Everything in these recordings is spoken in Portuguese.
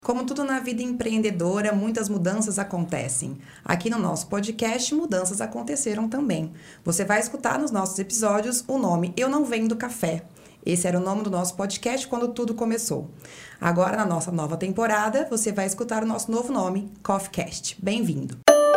Como tudo na vida empreendedora, muitas mudanças acontecem. Aqui no nosso podcast, mudanças aconteceram também. Você vai escutar nos nossos episódios o nome Eu Não Vendo Café. Esse era o nome do nosso podcast quando tudo começou. Agora, na nossa nova temporada, você vai escutar o nosso novo nome, CoffeeCast. Bem-vindo!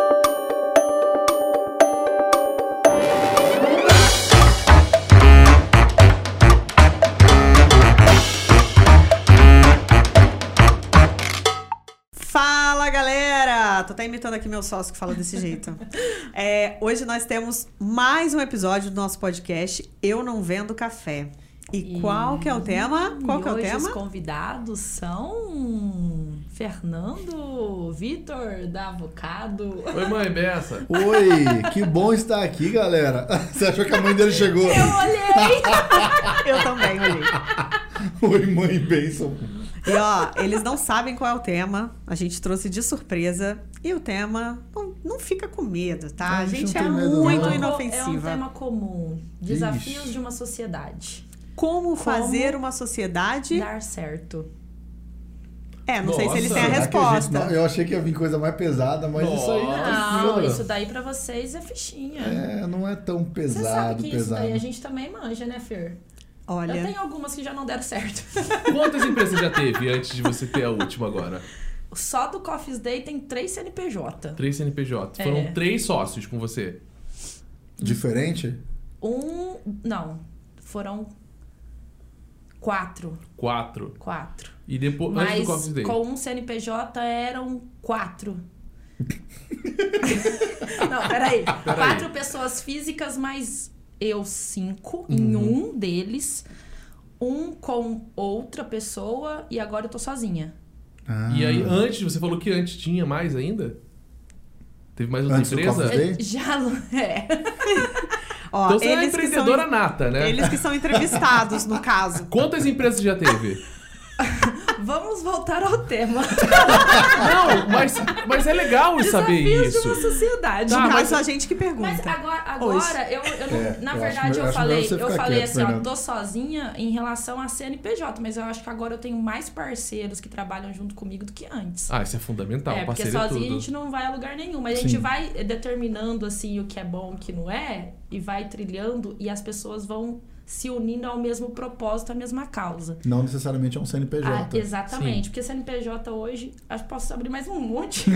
Fala, galera! Tô até imitando aqui meu sócio que fala desse jeito. Hoje nós temos mais um episódio do nosso podcast Eu Não Vendo Café. E qual que é o tema? Qual que é o tema? Os convidados são Fernando, Vitor da Avocado. Oi, mãe Bessa. Oi, que bom estar aqui, galera. Você achou que a mãe dele chegou? Eu olhei! Eu também olhei. Oi, mãe Benção. E ó, eles não sabem qual é o tema. A gente trouxe de surpresa. E o tema, não fica com medo, tá? A gente é muito inofensiva. É um tema comum. Desafios de uma sociedade. Como fazer uma sociedade dar certo. Não sei se eles têm a resposta. Eu achei que ia vir coisa mais pesada, mas isso aí é Não, tranquilo. isso daí pra vocês é fichinha. Não é tão pesado. Você sabe que isso daí a gente também manja, né, Fer? Olha, eu tenho algumas que já não deram certo. Quantas empresas já teve antes de você ter a última agora? Só do Coffee Day tem 3 CNPJ. 3 CNPJ. Foram 3 sócios com você. Diferente? Não. Foram 4. 4. E depois, mas antes do Coffee Day? Com um CNPJ eram 4. Não, peraí. 4 pessoas físicas, mas eu 5 em um deles. Um com outra pessoa e agora eu tô sozinha. E aí, antes, você falou que antes tinha mais ainda? Teve mais outra empresa? Já é. Ó, então você é uma empreendedora nata, né? Eles que são entrevistados, no caso. Quantas empresas já teve? Vamos voltar ao tema. Não, mas é legal saber Desafios isso. de uma sociedade. No caso, a gente que pergunta. Mas agora eu não, na verdade, eu falei assim, ó, tô sozinha em relação a CNPJ, mas eu acho que agora eu tenho mais parceiros que trabalham junto comigo do que antes. Ah, isso é fundamental. Porque sozinha a gente não vai a lugar nenhum, mas a gente vai determinando assim o que é bom, o que não é, e vai trilhando, e as pessoas vão se unindo ao mesmo propósito, à mesma causa. Não necessariamente é um CNPJ. Exatamente, porque CNPJ hoje, acho que posso abrir mais um monte.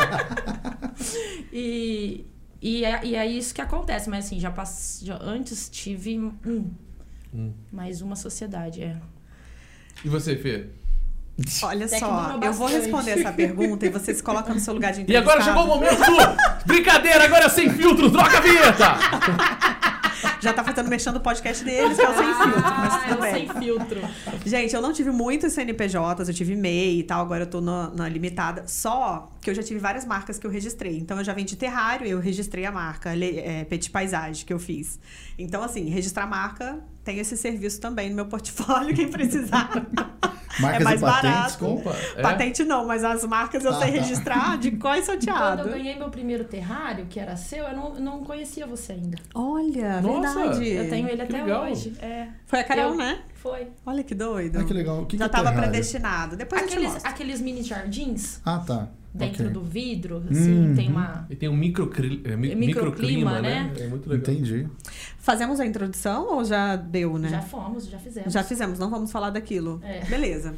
E é isso que acontece, mas assim, antes tive mais uma sociedade, E você, Fê? Olha só, eu vou responder essa pergunta e você se coloca no seu lugar de entrevistado. E agora chegou o momento brincadeira, agora é sem filtro, troca a vinheta! Já tá fazendo mexendo no podcast deles, que é o sem filtro, mas tudo bem. Sem filtro. Gente, eu não tive muitos CNPJs, eu tive MEI e tal, agora eu tô na limitada. Só que eu já tive várias marcas que eu registrei. Então, eu já vendi terrário, eu registrei a marca, Petit Paisage, que eu fiz. Então, assim, registrar marca, tem esse serviço também no meu portfólio, quem precisar. Marcas é mais e patentes, barato. Opa, Patente não, mas as marcas eu sei registrar de có e salteado. Quando eu ganhei meu primeiro terrário, que era seu, eu não conhecia você ainda. Olha, nossa, verdade. Eu tenho ele até legal. hoje. Foi a Carol, né? Foi. Olha que doido. Ah, que legal. O que já é tava terrário? predestinado. Depois eu te mostro. Aqueles mini jardins Ah, tá. dentro do vidro, assim, tem uma... E tem um microclima, né? É muito legal. Entendi. Fazemos a introdução ou já deu, né? Já fizemos. Já fizemos, não vamos falar daquilo. Beleza.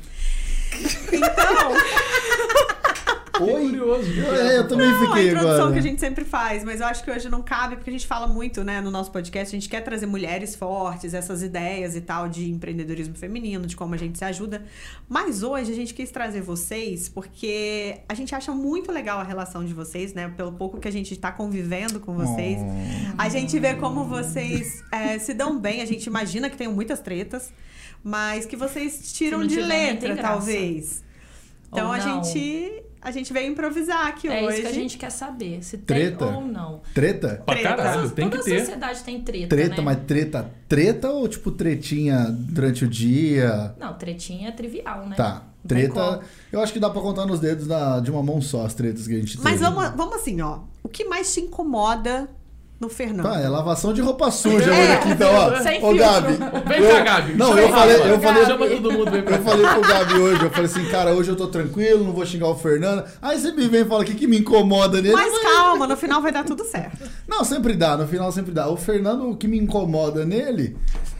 Oi? Curioso. Eu também fiquei agora. A introdução que a gente sempre faz, mas eu acho que hoje não cabe, porque a gente fala muito, né, no nosso podcast, a gente quer trazer mulheres fortes, essas ideias e tal de empreendedorismo feminino, de como a gente se ajuda, mas hoje a gente quis trazer vocês porque a gente acha muito legal a relação de vocês, né, pelo pouco que a gente tá convivendo com vocês, a gente vê como vocês se dão bem, a gente imagina que tem muitas tretas, mas que vocês tiram de letra, talvez. Então a gente veio improvisar aqui hoje. É isso que a gente quer saber, se Treta? tem ou não. Treta? Pra caralho, tem que ter. Toda sociedade tem treta, Treta, né? mas treta ou tipo tretinha durante o dia? Não, tretinha é trivial, né? Tá. Treta, eu acho que dá pra contar nos dedos de uma mão só as tretas que a gente tem. Mas vamos assim, ó. O que mais te incomoda no Fernando. Tá, é lavação de roupa suja hoje aqui, então, ó. Sem Ô, Gabi. Vem cá, Gabi. Não, eu falei. Chama todo mundo, vem pra Eu falei pro Gabi hoje, eu falei assim, cara, hoje eu tô tranquilo, não vou xingar o Fernando. Aí você me vem e fala o que me incomoda nele. Mas calma, no final vai dar tudo certo. Não, sempre dá, no final sempre dá. O Fernando, o que me incomoda nele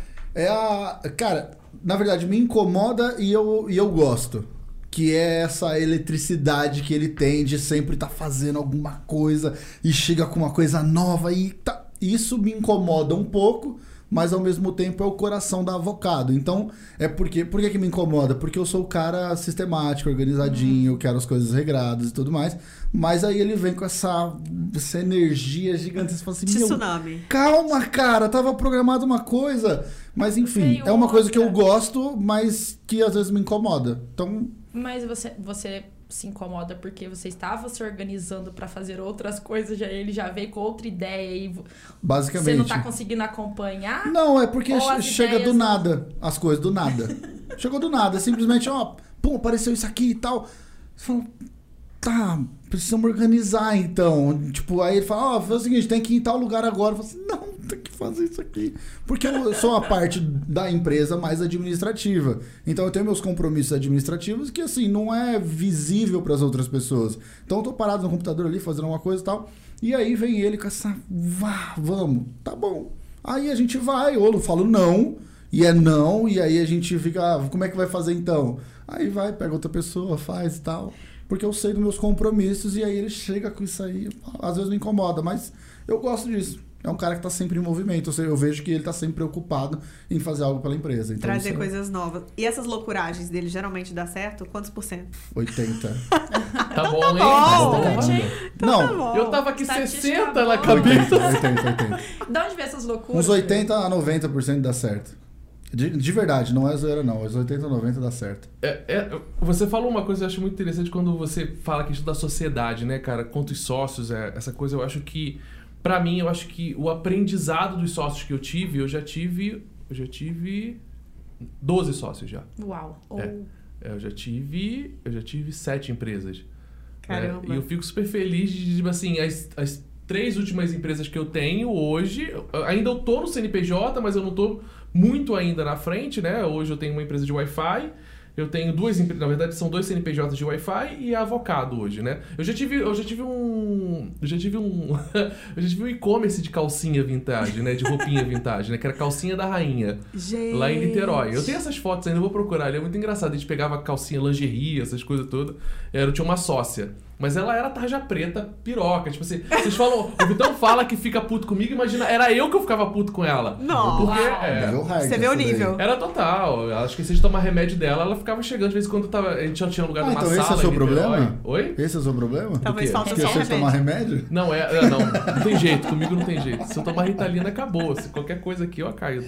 é Cara, na verdade, me incomoda e eu gosto. Que é essa eletricidade que ele tem de sempre estar fazendo alguma coisa e chega com uma coisa nova e tá. Isso me incomoda um pouco, mas ao mesmo tempo é o coração da Avocado. Então, por que me incomoda? Porque eu sou o cara sistemático, organizadinho, quero as coisas regradas e tudo mais. Mas aí ele vem com essa energia gigante. Você fala assim, Tsunami. Calma, cara, tava programado uma coisa. Mas enfim, Veio é uma coisa que eu outra. gosto, mas que às vezes me incomoda. Então, Mas você se incomoda porque você estava se organizando pra fazer outras coisas, ele já veio com outra ideia e basicamente... você não tá conseguindo acompanhar? Não, é porque Ou as chega ideias do não- nada, as coisas, do nada. Chegou do nada, simplesmente, ó, pum, apareceu isso aqui e tal. Você fala, tá, precisamos organizar então. Tipo, aí ele fala, ó, faz o seguinte, tem que ir em tal lugar agora. Eu falo assim, não, tem que fazer isso aqui. Porque eu sou a parte da empresa mais administrativa. Então eu tenho meus compromissos administrativos que, assim, não é visível para as outras pessoas. Então eu tô parado no computador ali, fazendo alguma coisa e tal. E aí vem ele com essa, vamos, tá bom. Aí a gente vai, ou eu falo não, e é não, e aí a gente fica, como é que vai fazer então? Aí vai, pega outra pessoa, faz e tal. Porque eu sei dos meus compromissos, e aí ele chega com isso aí, às vezes me incomoda, mas eu gosto disso. É um cara que tá sempre em movimento, eu vejo que ele tá sempre preocupado em fazer algo pela empresa. Então, Trazer isso é coisas novas. E essas loucuragens dele geralmente dá certo? Quantos por cento? 80. Tá bom, hein? bom. Bastante, hein? Não, Eu tava aqui Estatística 60 boa. na cabeça. 80. De onde vem essas loucuras? Uns 80 a 90% dá certo. De verdade, não é zoeira não, mas 80 a 90 dá certo. Você falou uma coisa que eu acho muito interessante quando você fala a questão da sociedade, né, cara? Quantos sócios, essa coisa, eu acho que, pra mim, eu acho que o aprendizado dos sócios que eu já tive 12 sócios já. Uau. Eu já tive 7 empresas. Caramba. E eu fico super feliz de, tipo assim, as 3 últimas empresas que eu tenho hoje, ainda eu tô no CNPJ, mas eu não tô muito ainda na frente, né? Hoje eu tenho uma empresa de Wi-Fi, eu tenho 2 empresas, na verdade são 2 CNPJs de Wi-Fi e a Avocado hoje, né? Eu já tive um e-commerce de calcinha vintage, né? De roupinha vintage, né? Que era calcinha da rainha. Gente. Lá em Niterói. Eu tenho essas fotos ainda, eu vou procurar. Ele é muito engraçado. A gente pegava calcinha, lingerie, essas coisas todas. Eu tinha uma sócia. Mas ela era tarja preta, piroca. Tipo assim, vocês falam... O Vitão fala que fica puto comigo, imagina, era eu que eu ficava puto com ela. Não. Porque, Nível hard Você vê essa o nível. era total. Ela esquecia de tomar remédio dela, ela ficava chegando de vez em quando a gente já tinha um lugar numa então sala. esse é o seu em Niterói. problema? Oi? Esse é o seu problema? Talvez quê? falta só Esqueceu de tomar remédio? Não, não tem jeito, comigo não tem jeito. Se eu tomar Ritalina, acabou. Se qualquer coisa aqui, eu caio.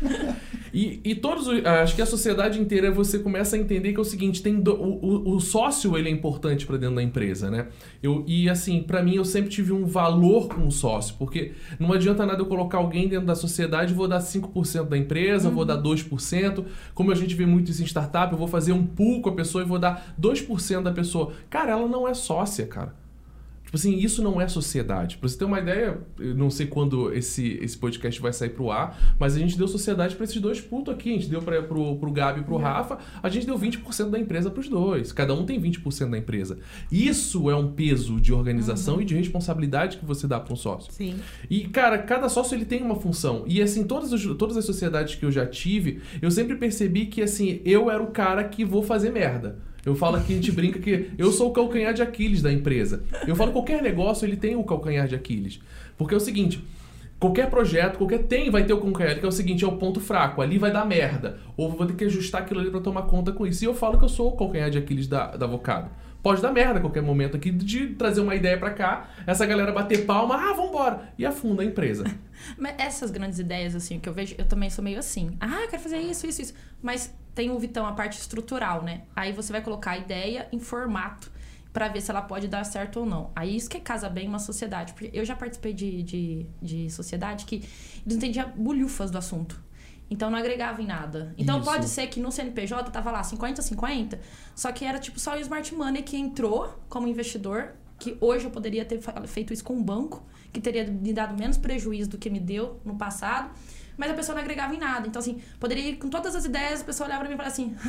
E todos, acho que a sociedade inteira, você começa a entender que é o seguinte, o sócio, ele é importante pra dentro da empresa, né? E assim, pra mim, eu sempre tive um valor com o sócio, porque não adianta nada eu colocar alguém dentro da sociedade e vou dar 5% da empresa, vou dar 2%, como a gente vê muito isso em startup, eu vou fazer um pool com a pessoa e vou dar 2% da pessoa. Cara, ela não é sócia, cara. Tipo assim, isso não é sociedade. Pra você ter uma ideia, eu não sei quando esse podcast vai sair pro ar, mas a gente deu sociedade pra esses 2 putos aqui. A gente deu pro Gabi e pro Rafa, a gente deu 20% da empresa pros 2. Cada um tem 20% da empresa. Isso é um peso de organização e de responsabilidade que você dá pra um sócio. Sim. E, cara, cada sócio ele tem uma função. E, assim, todas as sociedades que eu já tive, eu sempre percebi que, assim, eu era o cara que vou fazer merda. Eu falo que a gente brinca que eu sou o calcanhar de Aquiles da empresa. Eu falo que qualquer negócio ele tem o calcanhar de Aquiles. Porque é o seguinte, qualquer projeto, vai ter o calcanhar, que é o seguinte, é o ponto fraco, ali vai dar merda. Ou vou ter que ajustar aquilo ali pra tomar conta com isso. E eu falo que eu sou o calcanhar de Aquiles da Avocado. Pode dar merda a qualquer momento aqui de trazer uma ideia pra cá, essa galera bater palma, vambora, e afunda a empresa. Mas essas grandes ideias, assim, que eu vejo, eu também sou meio assim. Quero fazer isso. Mas tem o Vitão, a parte estrutural, né? Aí você vai colocar a ideia em formato pra ver se ela pode dar certo ou não. Aí isso que casa bem uma sociedade. Porque eu já participei de sociedade que eles entendiam bulhufas do assunto. Então não agregava em nada. Então Isso. pode ser que no CNPJ tava lá 50-50, só que era tipo só o Smart Money que entrou como investidor que hoje eu poderia ter feito isso com um banco, que teria me dado menos prejuízo do que me deu no passado, mas a pessoa não agregava em nada. Então, assim, poderia ir com todas as ideias, a pessoa olhava pra mim e falava assim...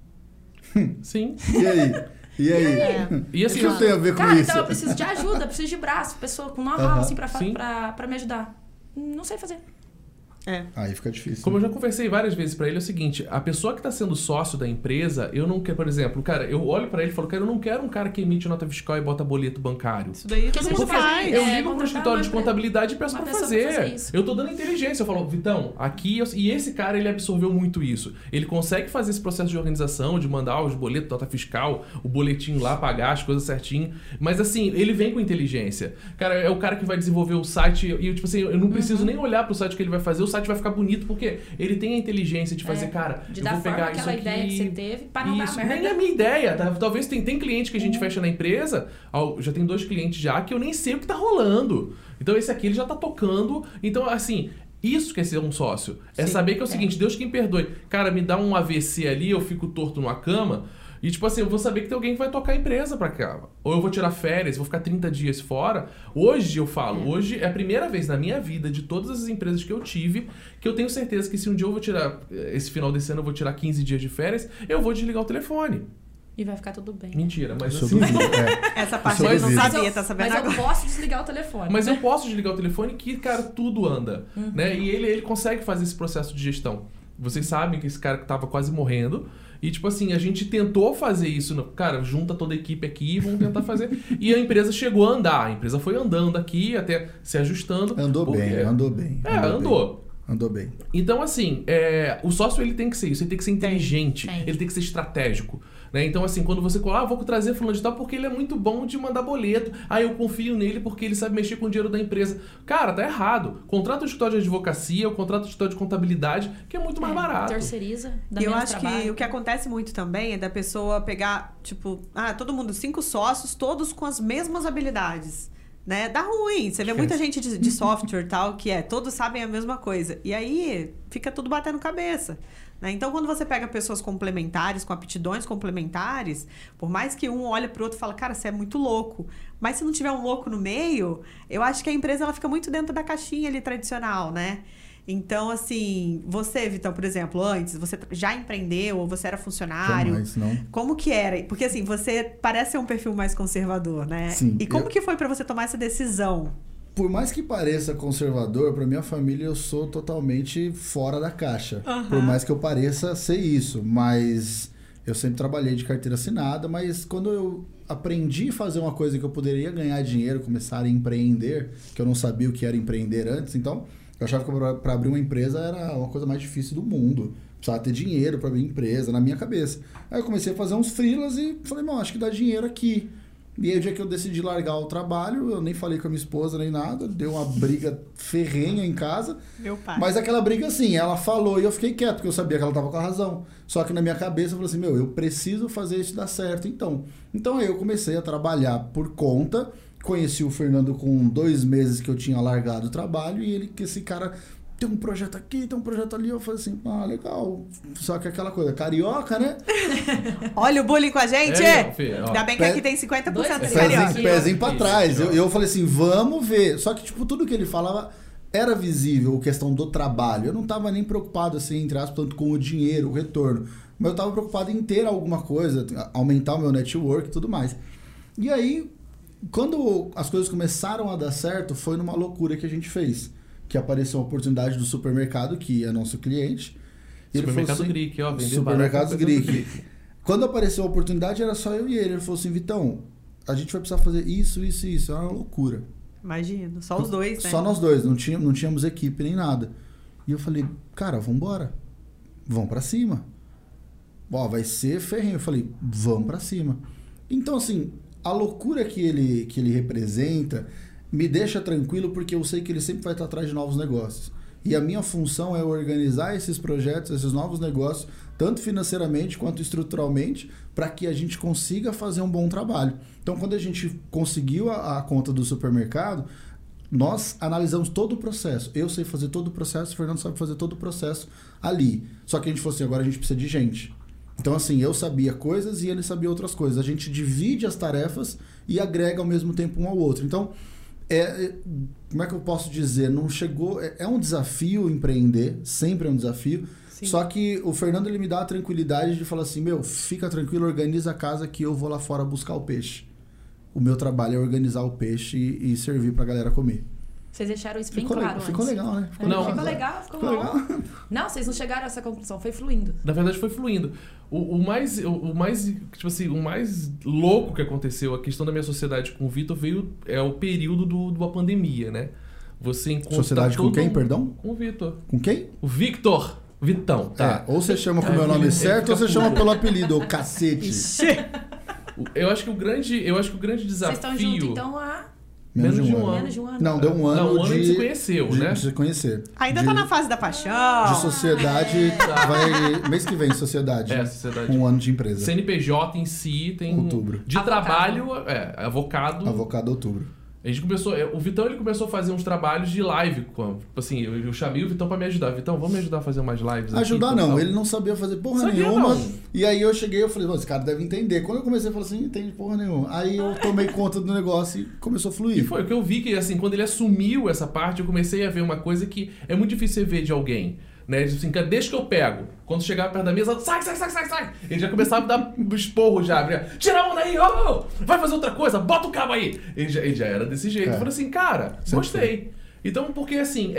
Sim. E aí? E aí? E assim, O que eu tenho a ver com cara, isso? então eu preciso de ajuda, eu preciso de braço, pessoa com know-how, assim, pra me ajudar. Não sei fazer. Aí fica difícil. Como eu já conversei várias vezes pra ele, é o seguinte, a pessoa que tá sendo sócio da empresa, eu não quero, por exemplo, cara, eu olho pra ele e falo, cara, eu não quero um cara que emite nota fiscal e bota boleto bancário. Isso daí todo mundo faz. Eu ligo pro escritório de contabilidade e peço pra fazer. isso. Eu tô dando inteligência. Eu falo, Vitão, aqui... E esse cara, ele absorveu muito isso. Ele consegue fazer esse processo de organização, de mandar os boletos, nota fiscal, o boletim lá, pagar as coisas certinho. Mas assim, ele vem com inteligência. Cara, é o cara que vai desenvolver o site e, tipo assim, eu não preciso nem olhar pro site que ele vai fazer. O site vai ficar bonito porque ele tem a inteligência de fazer, cara, de eu dar vou pegar forma isso àquela aqui... ideia que você teve pra não Isso, dar merda. nem é a minha ideia, tá? Talvez tem cliente que a gente fecha na empresa, já tem 2 clientes já, que eu nem sei o que tá rolando. Então esse aqui ele já tá tocando. Então, assim, isso que é ser um sócio. É saber que é o seguinte, Deus quem perdoe. Cara, me dá um AVC ali, eu fico torto numa cama. E tipo assim, eu vou saber que tem alguém que vai tocar a empresa pra cá. Ou eu vou tirar férias, vou ficar 30 dias fora. Hoje eu falo, hoje é a primeira vez na minha vida, de todas as empresas que eu tive, que eu tenho certeza que se um dia eu vou tirar, esse final desse ano eu vou tirar 15 dias de férias, eu vou desligar o telefone. E vai ficar tudo bem. Mentira, mas Isso assim... eu duvido, Essa parte Isso eu eu não duvido. sabia, tá sabendo Mas agora. eu posso desligar o telefone. Mas eu posso desligar o telefone que, cara, tudo anda, né? E ele consegue fazer esse processo de gestão. Vocês sabem que esse cara que tava quase morrendo... E, tipo assim, a gente tentou fazer isso. Cara, junta toda a equipe aqui e vamos tentar fazer. E a empresa chegou a andar. A empresa foi andando aqui, até se ajustando. Andou bem. Andou bem. Então, assim, o sócio ele tem que ser isso. Ele tem que ser inteligente. Tem. Ele tem que ser estratégico. Né? Então, assim, quando você fala, vou trazer fulano de tal porque ele é muito bom de mandar boleto. Eu confio nele porque ele sabe mexer com o dinheiro da empresa. Cara, tá errado. Contrata o escritório de advocacia, ou contrata o escritório de contabilidade, que é muito mais barato. Terceiriza, dá Eu menos acho trabalho. que o que acontece muito também é da pessoa pegar, tipo, todo mundo, 5 sócios, todos com as mesmas habilidades. Né? Dá ruim. Você vê muita gente de software e tal, que todos sabem a mesma coisa. E aí fica tudo batendo cabeça. Né? Então, quando você pega pessoas complementares, com aptidões complementares, por mais que um olhe pro outro e fala, cara, você é muito louco. Mas se não tiver um louco no meio, eu acho que a empresa ela fica muito dentro da caixinha ali tradicional, né? Então, assim, você, Vitão, por exemplo, antes, você já empreendeu ou você era funcionário? Jamais, não. Como que era? Porque, assim, você parece ser um perfil mais conservador, né? Sim. E como que foi pra você tomar essa decisão? Por mais que pareça conservador, pra minha família eu sou totalmente fora da caixa. Por mais que eu pareça ser isso, mas eu sempre trabalhei de carteira assinada, mas quando eu aprendi a fazer uma coisa que eu poderia ganhar dinheiro, começar a empreender, que eu não sabia o que era empreender antes, então eu achava que para abrir uma empresa era uma coisa mais difícil do mundo. Precisava ter dinheiro para abrir empresa, na minha cabeça. Aí eu comecei a fazer uns freelas e falei, não, acho que dá dinheiro aqui. E aí o dia que eu decidi largar o trabalho, eu nem falei com a minha esposa nem nada, deu uma briga ferrenha em casa. Meu pai. Mas aquela briga assim, ela falou e eu fiquei quieto, porque eu sabia que ela tava com a razão. Só que na minha cabeça eu falei assim, eu preciso fazer isso dar certo então. Então aí eu comecei a trabalhar por conta, conheci o Fernando com 2 meses que eu tinha largado o trabalho e esse cara tem um projeto aqui, tem um projeto ali. Eu falei assim, legal. Só que aquela coisa, carioca, né? Olha o bullying com a gente! Ainda bem que aqui tem 50% de carioca. Pezinho pra trás. Eu falei assim, vamos ver. Só que, tipo, tudo que ele falava era visível, a questão do trabalho. Eu não tava nem preocupado, assim, entre aspas, tanto com o dinheiro, o retorno. Mas eu tava preocupado em ter alguma coisa, aumentar o meu network e tudo mais. E aí, quando as coisas começaram a dar certo, foi numa loucura que a gente fez. Que apareceu a oportunidade do supermercado, que é nosso cliente. Supermercado Greek, ó. Supermercado Greek. Quando apareceu a oportunidade, era só eu e ele. Ele falou assim, Vitão, a gente vai precisar fazer isso, isso e isso. Era uma loucura. Imagino, só os dois, né? Só nós dois, não tínhamos equipe nem nada. E eu falei, cara, vambora. Vamos pra cima. Vai ser ferrenho. Eu falei, vamos pra cima. Então, assim, a loucura que ele representa me deixa tranquilo porque eu sei que ele sempre vai estar atrás de novos negócios. E a minha função é organizar esses projetos, esses novos negócios, tanto financeiramente quanto estruturalmente, para que a gente consiga fazer um bom trabalho. Então, quando a gente conseguiu a conta do supermercado, nós analisamos todo o processo. Eu sei fazer todo o processo, o Fernando sabe fazer todo o processo ali. Só que a gente falou assim, agora a gente precisa de gente. Então, assim, eu sabia coisas e ele sabia outras coisas. A gente divide as tarefas e agrega ao mesmo tempo um ao outro. Então, como é que eu posso dizer? Não chegou... É um desafio empreender, sempre é um desafio. Sim. Só que o Fernando, ele me dá a tranquilidade de falar assim, fica tranquilo, organiza a casa que eu vou lá fora buscar o peixe. O meu trabalho é organizar o peixe e servir pra galera comer. Vocês deixaram isso bem claro Ficou antes. legal, né? Ficou legal, ficou bom. legal. Não, vocês não chegaram a essa conclusão, foi fluindo. Na verdade, foi fluindo. O mais, tipo assim, o mais louco que aconteceu, a questão da minha sociedade com o Vitor é o período da pandemia, né? Você encontra Sociedade com quem, perdão? Com o Vitor. Com quem? O Victor. Vitão, tá? Ou você chama com o meu nome certo, ou você chama pelo apelido, ô cacete. Eu acho que o grande desafio... Vocês estão juntos, então, há... Menos de um ano. Menos de um ano. Não, deu um ano. Um ano de se conheceu, né? De se conhecer. Ainda tá na fase da paixão. De sociedade, vai. Mês que vem, sociedade. Sociedade. Um ano de empresa. CNPJ em si tem. Outubro. De Avocado. Trabalho, avocado. Avocado outubro. A gente começou. O Vitão ele começou a fazer uns trabalhos de live. Tipo assim, eu chamei o Vitão pra me ajudar. Vitão, vamos me ajudar a fazer mais lives aqui? Ajudar não, ele não sabia fazer porra nenhuma. Não. E aí eu cheguei e falei, esse cara deve entender. Quando eu comecei, eu falei assim, não entende porra nenhuma. Aí eu tomei conta do negócio e começou a fluir. E foi o que eu vi que, assim, quando ele assumiu essa parte, eu comecei a ver uma coisa que é muito difícil você ver de alguém. Né? Assim, deixa que eu pego. Quando chegava perto da mesa, sai. Ele já começava a dar esporro já. Tira a mão daí, vai fazer outra coisa, bota o cabo aí. Ele já era desse jeito. Eu falei assim, cara, gostei. Então, porque assim,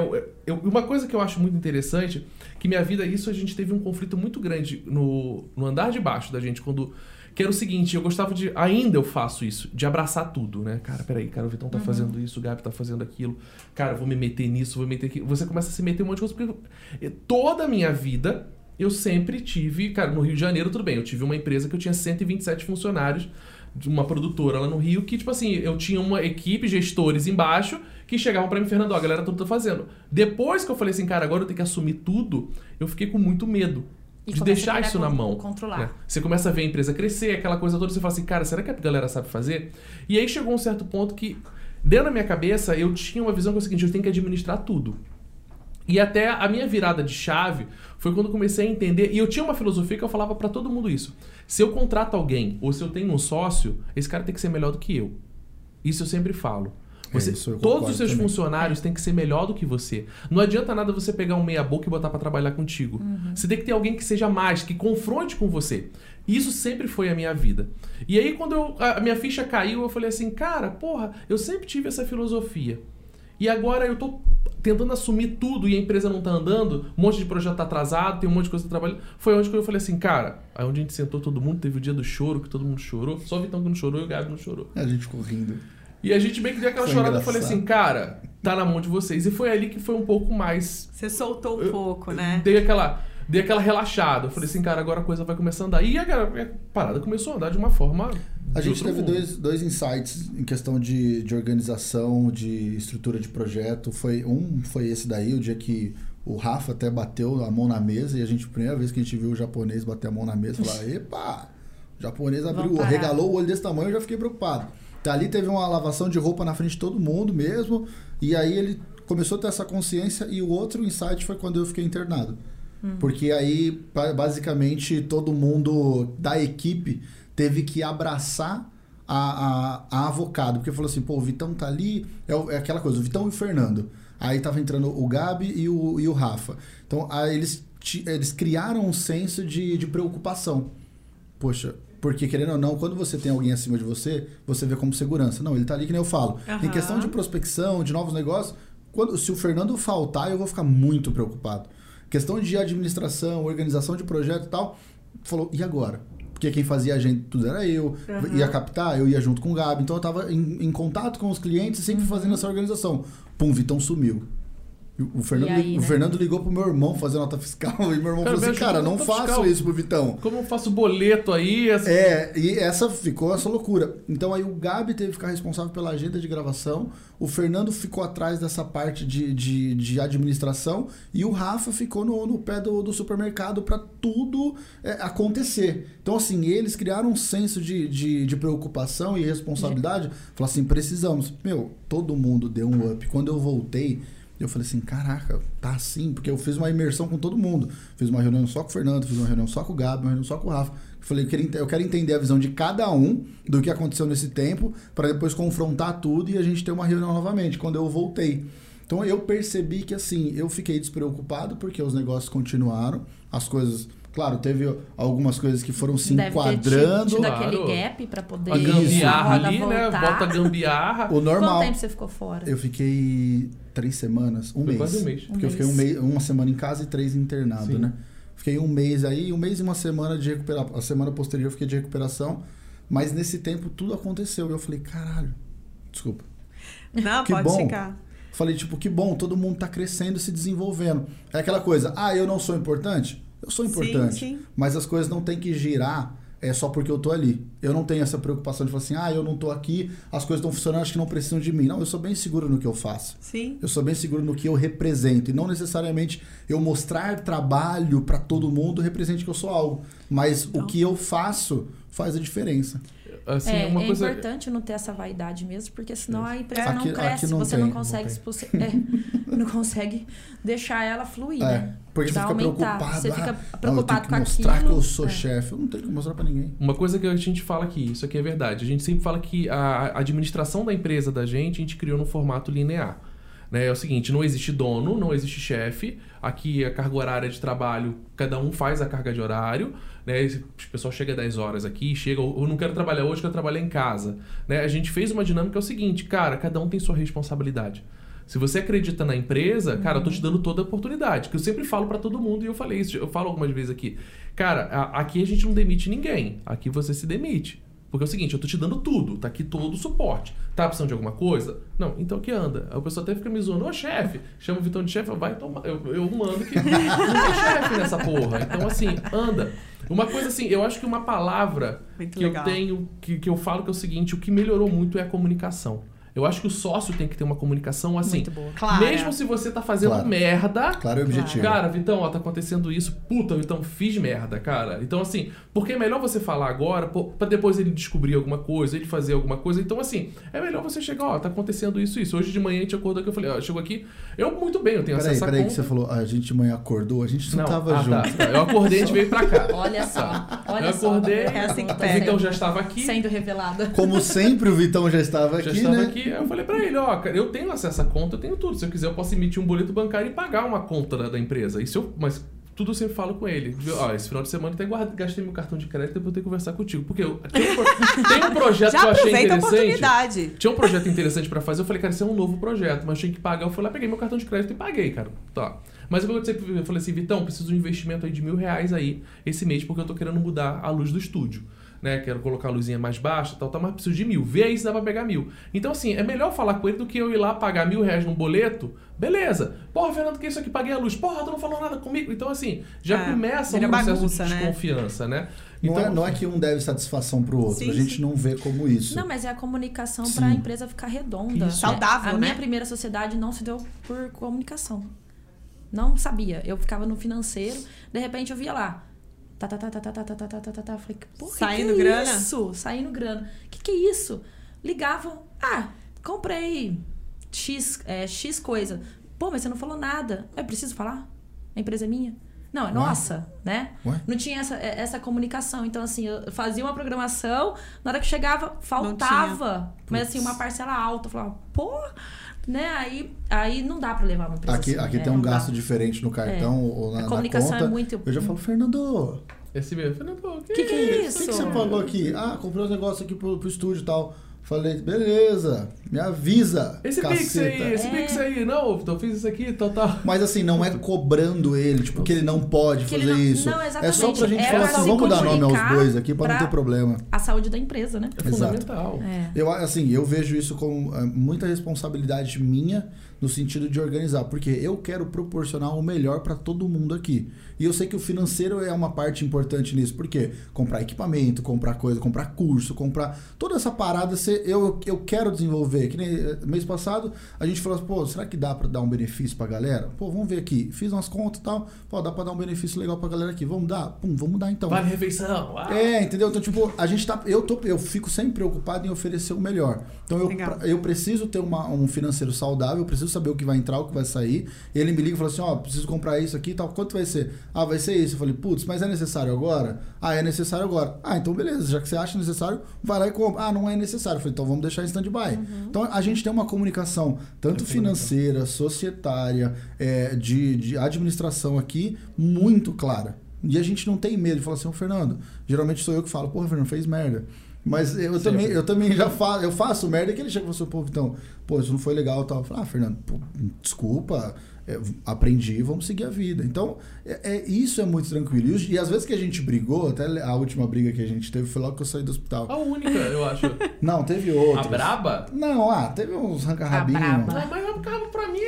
uma coisa que eu acho muito interessante, que minha vida, isso a gente teve um conflito muito grande no andar de baixo da gente, que era o seguinte, eu gostava de, ainda eu faço isso, de abraçar tudo, né? Cara, peraí, o Vitão tá fazendo isso, o Gabi tá fazendo aquilo, cara, eu vou me meter nisso, vou meter aquilo. Você começa a se meter um monte de coisa, porque toda a minha vida eu sempre tive, cara, no Rio de Janeiro, tudo bem, eu tive uma empresa que eu tinha 127 funcionários, de uma produtora lá no Rio, que, tipo assim, eu tinha uma equipe, gestores embaixo, que chegavam pra mim, Fernando, a galera toda tá fazendo. Depois que eu falei assim, cara, agora eu tenho que assumir tudo, eu fiquei com muito medo. De deixar isso na mão. Controlar. Né? Você começa a ver a empresa crescer, aquela coisa toda, você fala assim, cara, será que a galera sabe fazer? E aí chegou um certo ponto que, dentro da minha cabeça, eu tinha uma visão que é o seguinte, eu tenho que administrar tudo. E até a minha virada de chave foi quando eu comecei a entender, e eu tinha uma filosofia que eu falava pra todo mundo isso. Se eu contrato alguém, ou se eu tenho um sócio, esse cara tem que ser melhor do que eu. Isso eu sempre falo. Todos os seus funcionários têm que ser melhor do que você. Não adianta nada você pegar um meia-boca e botar pra trabalhar contigo. Você tem que ter alguém que seja mais, que confronte com você. Isso sempre foi a minha vida. E aí, quando a minha ficha caiu, eu falei assim, cara, porra, eu sempre tive essa filosofia. E agora eu tô tentando assumir tudo e a empresa não tá andando, um monte de projeto tá atrasado, tem um monte de coisa trabalhando. Foi onde que eu falei assim, cara, aí onde a gente sentou todo mundo, teve o dia do choro, que todo mundo chorou. Só o Vitão que não chorou e o Gabi não chorou. A gente ficou rindo. E a gente meio que deu aquela chorada e falei assim, cara, tá na mão de vocês. E foi ali que foi um pouco mais... Você soltou um pouco, né? Dei aquela relaxada. Eu falei assim, cara, agora a coisa vai começar a andar. E a parada começou a andar de uma forma... A gente teve dois insights em questão de organização, de estrutura de projeto. Foi esse daí, o dia que o Rafa até bateu a mão na mesa e a primeira vez que a gente viu o japonês bater a mão na mesa, falou, epa! O japonês regalou o olho desse tamanho, eu já fiquei preocupado. Ali teve uma lavação de roupa na frente de todo mundo mesmo, e aí ele começou a ter essa consciência, e o outro insight foi quando eu fiquei internado. Porque aí, basicamente, todo mundo da equipe teve que abraçar a avocado, porque falou assim, pô, o Vitão tá ali, é aquela coisa, o Vitão e o Fernando. Aí tava entrando o Gabi e o Rafa. Então, aí eles criaram um senso de preocupação. Poxa... Porque, querendo ou não, quando você tem alguém acima de você, você vê como segurança. Não, ele tá ali que nem eu falo. Em questão de prospecção, de novos negócios, se o Fernando faltar, eu vou ficar muito preocupado. Questão de administração, organização de projeto e tal, falou, e agora? Porque quem fazia a gente tudo era eu, ia captar, eu ia junto com o Gabi. Então eu tava em contato com os clientes, sempre fazendo essa organização. Pum, Vitão sumiu. O Fernando ligou pro meu irmão fazer nota fiscal e meu irmão falou assim, cara, não faço isso pro Vitão. Como eu faço boleto aí? E essa ficou essa loucura. Então aí o Gabi teve que ficar responsável pela agenda de gravação, o Fernando ficou atrás dessa parte de administração e o Rafa ficou no pé do supermercado para tudo acontecer. Então assim, eles criaram um senso de preocupação e responsabilidade. Falaram assim, precisamos. Todo mundo deu um up. Quando eu voltei, Eu falei assim, caraca, tá assim? Porque eu fiz uma imersão com todo mundo. Fiz uma reunião só com o Fernando, fiz uma reunião só com o Gabi, uma reunião só com o Rafa. Eu falei, eu quero entender a visão de cada um do que aconteceu nesse tempo, para depois confrontar tudo e a gente ter uma reunião novamente, quando eu voltei. Então eu percebi que assim, eu fiquei despreocupado porque os negócios continuaram, as coisas... Claro, teve algumas coisas que foram se enquadrando. Tido aquele gap pra poder... A gambiarra ali, voltar. né? Bota a gambiarra. O normal. Quanto tempo você ficou fora? Eu fiquei 3 semanas, um mês. Quase um mês. Porque eu fiquei uma semana em casa e 3 internado, Sim. né? Fiquei um mês aí, um mês e uma semana de recuperação. A semana posterior eu fiquei de recuperação. Mas nesse tempo tudo aconteceu. E eu falei, caralho, desculpa. Não, Que pode bom. ficar. Falei, tipo, que bom, todo mundo tá crescendo e se desenvolvendo. É aquela coisa, eu não sou importante? Eu sou importante. Sim. Mas as coisas não tem que girar só porque eu tô ali. Eu não tenho essa preocupação de falar assim, eu não tô aqui, as coisas estão funcionando, acho que não precisam de mim. Não, eu sou bem seguro no que eu faço. Sim. Eu sou bem seguro no que eu represento. E não necessariamente eu mostrar trabalho pra todo mundo represente que eu sou algo. Mas o que eu faço faz a diferença. Assim, uma coisa... importante não ter essa vaidade mesmo, porque senão a empresa Aqui- não cresce, aqui não você tem, não consegue não consegue deixar ela fluir, né? Porque você Pra fica aumentar. preocupado. Você fica eu tenho preocupado que com mostrar aquilo. que eu sou chefe. Eu não tenho que mostrar pra ninguém. Uma coisa que a gente fala aqui, isso aqui é verdade. A gente sempre fala que a administração da empresa da gente, a gente criou no formato linear. Né? É o seguinte, não existe dono, não existe chefe. Aqui a carga horária de trabalho, cada um faz a carga de horário. Né? O pessoal chega às 10 horas aqui, chega, eu não quero trabalhar hoje, quero trabalhar em casa. Né? A gente fez uma dinâmica que é o seguinte, cara, cada um tem sua responsabilidade. Se você acredita na empresa, cara, eu tô te dando toda a oportunidade. Que eu sempre falo pra todo mundo, e eu falei isso, eu falo algumas vezes aqui. Cara, aqui a gente não demite ninguém. Aqui você se demite. Porque é o seguinte, eu tô te dando tudo, tá aqui todo o suporte. Tá precisando de alguma coisa? Não, então que anda. Aí o pessoal até fica me zoando, ô chefe, chama o Vitão de chefe, vai tomar. Eu mando que não tem chefe nessa porra. Então assim, anda. Uma coisa assim, eu acho que uma palavra Muito que legal. eu tenho, que eu falo que é o seguinte, o que melhorou muito é a comunicação. Eu acho que o sócio tem que ter uma comunicação assim. Muito boa. Claro. Mesmo se você tá fazendo Claro. merda. Claro e objetivo. Cara, Vitão, ó, tá acontecendo isso. Puta, Vitão, fiz merda, cara. Então, assim, porque é melhor você falar agora, pra depois ele descobrir alguma coisa, ele fazer alguma coisa. Então, assim, é melhor você chegar, ó, tá acontecendo isso. Hoje de manhã a gente acordou aqui, eu falei, ó, chegou aqui, eu muito bem, eu tenho acesso à Peraí, conta. que você falou, a gente de manhã acordou, a gente não tava junto. Tá. Eu acordei, a gente veio pra cá. Olha só. Olha Eu acordei, só. É assim que Tá pega. o Vitão já estava aqui. sendo revelada. Como sempre, o Vitão já estava Já aqui, estava né? aqui, aí eu falei pra ele, ó, cara, eu tenho acesso à conta, eu tenho tudo. Se eu quiser, eu posso emitir um boleto bancário e pagar uma conta da empresa. Mas tudo eu sempre falo com ele. Ó, esse final de semana eu até gastei meu cartão de crédito e vou ter que conversar contigo. Porque tem um projeto Já que eu achei aproveita a interessante. oportunidade. Tinha um projeto interessante pra fazer, eu falei, cara, isso é um novo projeto, mas eu tinha que pagar. Eu fui lá, peguei meu cartão de crédito e paguei, cara. Tá. Mas eu falei assim, Vitão, preciso de um investimento aí de R$1.000 aí esse mês, porque eu tô querendo mudar a luz do estúdio. Né? Quero colocar a luzinha mais baixa, tal, mas preciso de 1.000. Vê aí se dá pra pegar 1.000. Então, assim, é melhor falar com ele do que eu ir lá pagar R$1.000 num boleto. Beleza. Porra, Fernando, que é isso aqui? Paguei a luz. Porra, tu não falou nada comigo. Então, assim, já começa um vira processo bagunça, de né? desconfiança, né? Então, Não é que um deve satisfação pro outro. Sim, a gente sim. não vê como isso. Não, mas é a comunicação Sim. para a empresa ficar redonda. Isso. Saudável, A né? minha primeira sociedade não se deu por comunicação. Não sabia. Eu ficava no financeiro, de repente eu via lá. Falei, pô, Saindo que é grana? isso? Saindo grana. Que é isso? Ligavam. Comprei X coisa. Pô, mas você não falou nada. Eu preciso falar? A empresa é minha? Não, é nossa, né? Ué? Não tinha essa comunicação. Então, assim, eu fazia uma programação, na hora que chegava, faltava. Mas, assim, uma parcela alta. Eu falava, pô, né? Aí não dá pra levar uma empresa Aqui assim, tem né? um Não dá. gasto diferente no cartão ou na A comunicação conta. é muito... Eu já falo, Fernando, esse mesmo. Fernando, pô, Que é isso? o que você pagou aqui? Comprei um negócio aqui pro estúdio e tal. Falei, beleza, me avisa, Esse caceta. Pix aí, não, eu fiz isso aqui, tal. Mas assim, não é cobrando ele, tipo, que ele não pode Que fazer ele não- isso. não, É exatamente. só pra gente É falar pra assim, se vamos dar nome aos comunicar bois aqui pra não pra- ter problema. A saúde da empresa, né? É fundamental. Eu vejo isso como muita responsabilidade minha no sentido de organizar, porque eu quero proporcionar o melhor para todo mundo aqui. E eu sei que o financeiro é uma parte importante nisso, porque comprar equipamento, comprar coisa, comprar curso, comprar toda essa parada, porque eu quero desenvolver. Que nem mês passado, a gente falou assim, pô, será que dá pra dar um benefício pra galera? Pô, vamos ver aqui. Fiz umas contas e tal. Pô, dá pra dar um benefício legal pra galera aqui. Vamos dar? Pum, vamos dar então. Vale refeição. Entendeu? Então, tipo, a gente tá... Eu fico sempre preocupado em oferecer o melhor. Então, eu preciso ter um financeiro saudável, eu preciso saber o que vai entrar, o que vai sair. Ele me liga e fala assim, ó, preciso comprar isso aqui e tal. Quanto vai ser? Ah, vai ser isso. Eu falei, putz, mas é necessário agora? Ah, é necessário agora. Ah, então beleza, já que você acha necessário, vai lá e compra. Ah, não é necessário. Eu falei, então vamos deixar em stand-by. Então a gente tem uma comunicação tanto financeira, societária, de administração aqui, muito clara. E a gente não tem medo de falar assim, ô Fernando, geralmente sou eu que falo, porra, Fernando, fez merda. Mas eu também já faço merda, que ele chega e fala assim, pô, então, isso não foi legal e tal. Eu falo, Fernando, pô, desculpa, aprendi, vamos seguir a vida. Então, isso é muito tranquilo. E às vezes que a gente brigou, até a última briga que a gente teve foi logo que eu saí do hospital. A única, eu acho. Não, teve outras. A braba? Não, teve uns arranca-rabinhos. Não, mas arranca-rabo pra mim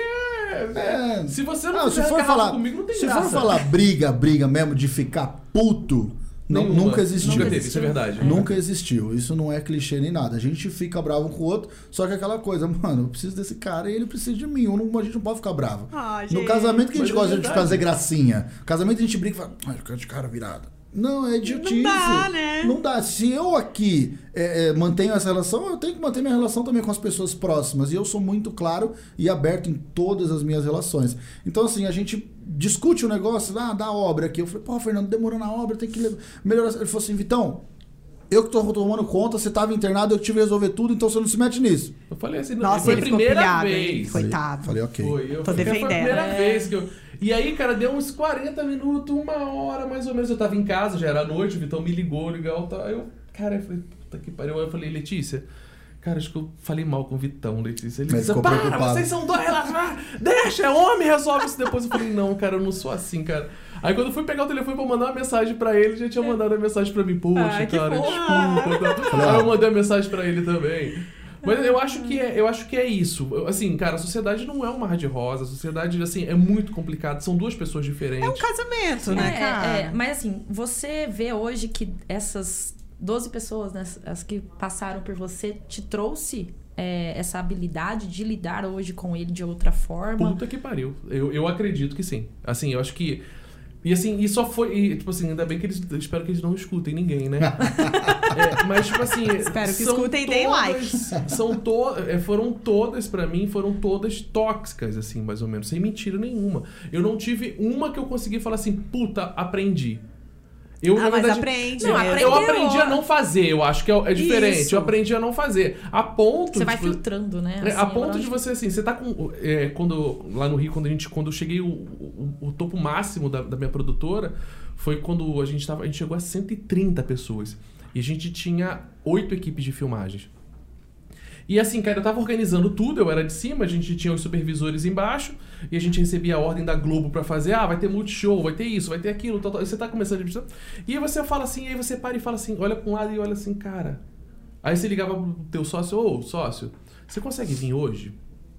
se você não se fizer for falar comigo, não tem se graça. for falar briga mesmo, de ficar puto, nunca existiu. Nunca teve, isso é verdade. Nunca existiu. Isso não é clichê nem nada. A gente fica bravo com o outro, só que aquela coisa, mano, eu preciso desse cara e ele precisa de mim. A gente não pode ficar bravo. No casamento que a gente gosta de fazer gracinha. Casamento a gente briga e fala, eu quero de cara virado. Não, é idiotice. Não dá, né? Não dá. Se eu aqui mantenho essa relação, eu tenho que manter minha relação também com as pessoas próximas. E eu sou muito claro e aberto em todas as minhas relações. Então, assim, a gente discute o negócio da obra aqui. Eu falei, pô, Fernando, demorou na obra, tem que melhorar. Ele falou assim, Vitão, eu que tô tomando conta, você tava internado, eu tive que resolver tudo, então você não se mete nisso. Eu falei assim, nossa, foi a ele primeira pilhado, vez. Coitado. Falei, ok. Tô defendendo. Foi a primeira vez que eu... E aí, cara, deu uns 40 minutos, 1 hora mais ou menos. Eu tava em casa, já era noite, o Vitão me ligou, Aí eu falei, puta que pariu. Aí eu falei, Letícia, cara, acho que eu falei mal com o Vitão, Letícia. Ele disse, vocês são dois relacionados, deixa, é homem, resolve isso depois. Eu falei, não, cara, eu não sou assim, cara. Aí quando eu fui pegar o telefone pra mandar uma mensagem pra ele, já tinha mandado a mensagem pra mim. Poxa, cara, desculpa. Aí eu mandei a mensagem pra ele também. Mas eu acho que é isso. Assim, cara, a sociedade não é um mar de rosa. A sociedade, assim, é muito complicado. São duas pessoas diferentes. É um casamento, né, cara? Mas assim, você vê hoje que essas 12 pessoas, né, as que passaram por você, te trouxe essa habilidade de lidar hoje com ele de outra forma? Puta que pariu. Eu acredito que sim. Assim, eu acho que... E assim, e só foi... E, tipo assim, ainda bem que eles... Espero que eles não escutem ninguém, né? Mas, tipo assim... Espero que escutem e deem like. Foram todas, pra mim, foram todas tóxicas, assim, mais ou menos. Sem mentira nenhuma. Eu não tive uma que eu consegui falar assim, puta, aprendi. Na verdade, mas aprende. Eu aprendi a não fazer, eu acho que é diferente. Isso. Eu aprendi a não fazer. A ponto... Você vai filtrando, né? Assim, a ponto de você, assim, você tá com... lá no Rio, quando eu cheguei o topo máximo da minha produtora, foi quando a gente chegou a 130 pessoas. E a gente tinha 8 equipes de filmagens. E assim, cara, eu tava organizando tudo, eu era de cima, a gente tinha os supervisores embaixo, e a gente recebia a ordem da Globo pra fazer, vai ter multishow, vai ter isso, vai ter aquilo, tal. Você tá começando a administrar. E aí você fala assim, aí você para e fala assim, olha pra um lado e olha assim, cara. Aí você ligava pro teu sócio, sócio, você consegue vir hoje?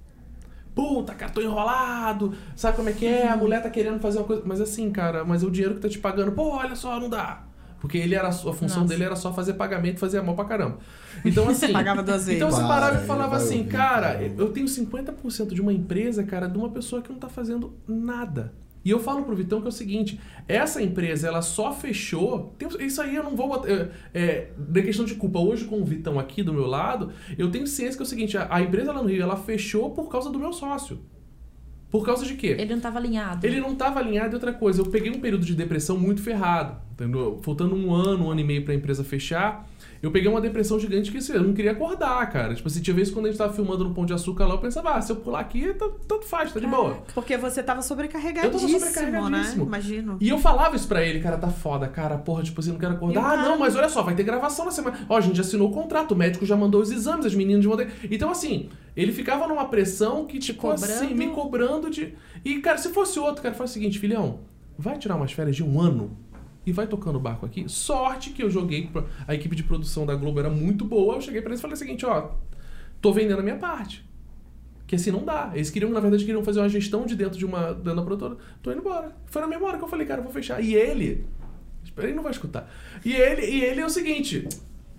Puta, cara, tô enrolado, sabe como é que é? A mulher tá querendo fazer uma coisa, mas assim, cara, mas é o dinheiro que tá te pagando, olha só, não dá. Porque a função dele era só fazer pagamento e fazer mal pra caramba. Então, assim... Pagava 2 vezes. Então, você parava e falava assim, cara, eu tenho 50% de uma empresa, cara, de uma pessoa que não tá fazendo nada. E eu falo pro Vitão que é o seguinte, essa empresa, ela só fechou... Isso aí eu não vou botar... Da questão de culpa, hoje com o Vitão aqui do meu lado, eu tenho ciência que é o seguinte, a empresa lá no Rio, ela fechou por causa do meu sócio. Por causa de quê? Ele não estava alinhado. Ele não estava alinhado e outra coisa. Eu peguei um período de depressão muito ferrado. Entendeu? Faltando 1 ano e meio pra empresa fechar, eu peguei uma depressão gigante que assim, eu não queria acordar, cara. Tipo assim, tinha vezes quando a gente tava filmando no Pão de Açúcar lá, eu pensava, se eu pular aqui, tanto faz, tá de boa. Porque você tava sobrecarregadíssimo, eu tava sobrecarregadíssimo, né? Imagino. E eu falava isso pra ele, cara, tá foda, cara, porra, tipo assim, não quero acordar. Não, mas olha só, vai ter gravação na semana. Ó, a gente já assinou o contrato, o médico já mandou os exames, as meninas já mandaram. Então, assim, ele ficava numa pressão que, tipo assim, me cobrando de... E, cara, se fosse outro, cara, faz o seguinte, filhão, vai tirar umas férias de 1 ano e vai tocando o barco aqui. Sorte que eu joguei, a equipe de produção da Globo era muito boa, eu cheguei pra eles e falei o seguinte, tô vendendo a minha parte. Que assim não dá. Eles na verdade, queriam fazer uma gestão de dentro da produtora. Tô indo embora. Foi na mesma hora que eu falei, cara, eu vou fechar. E ele não vai escutar. E ele é o seguinte,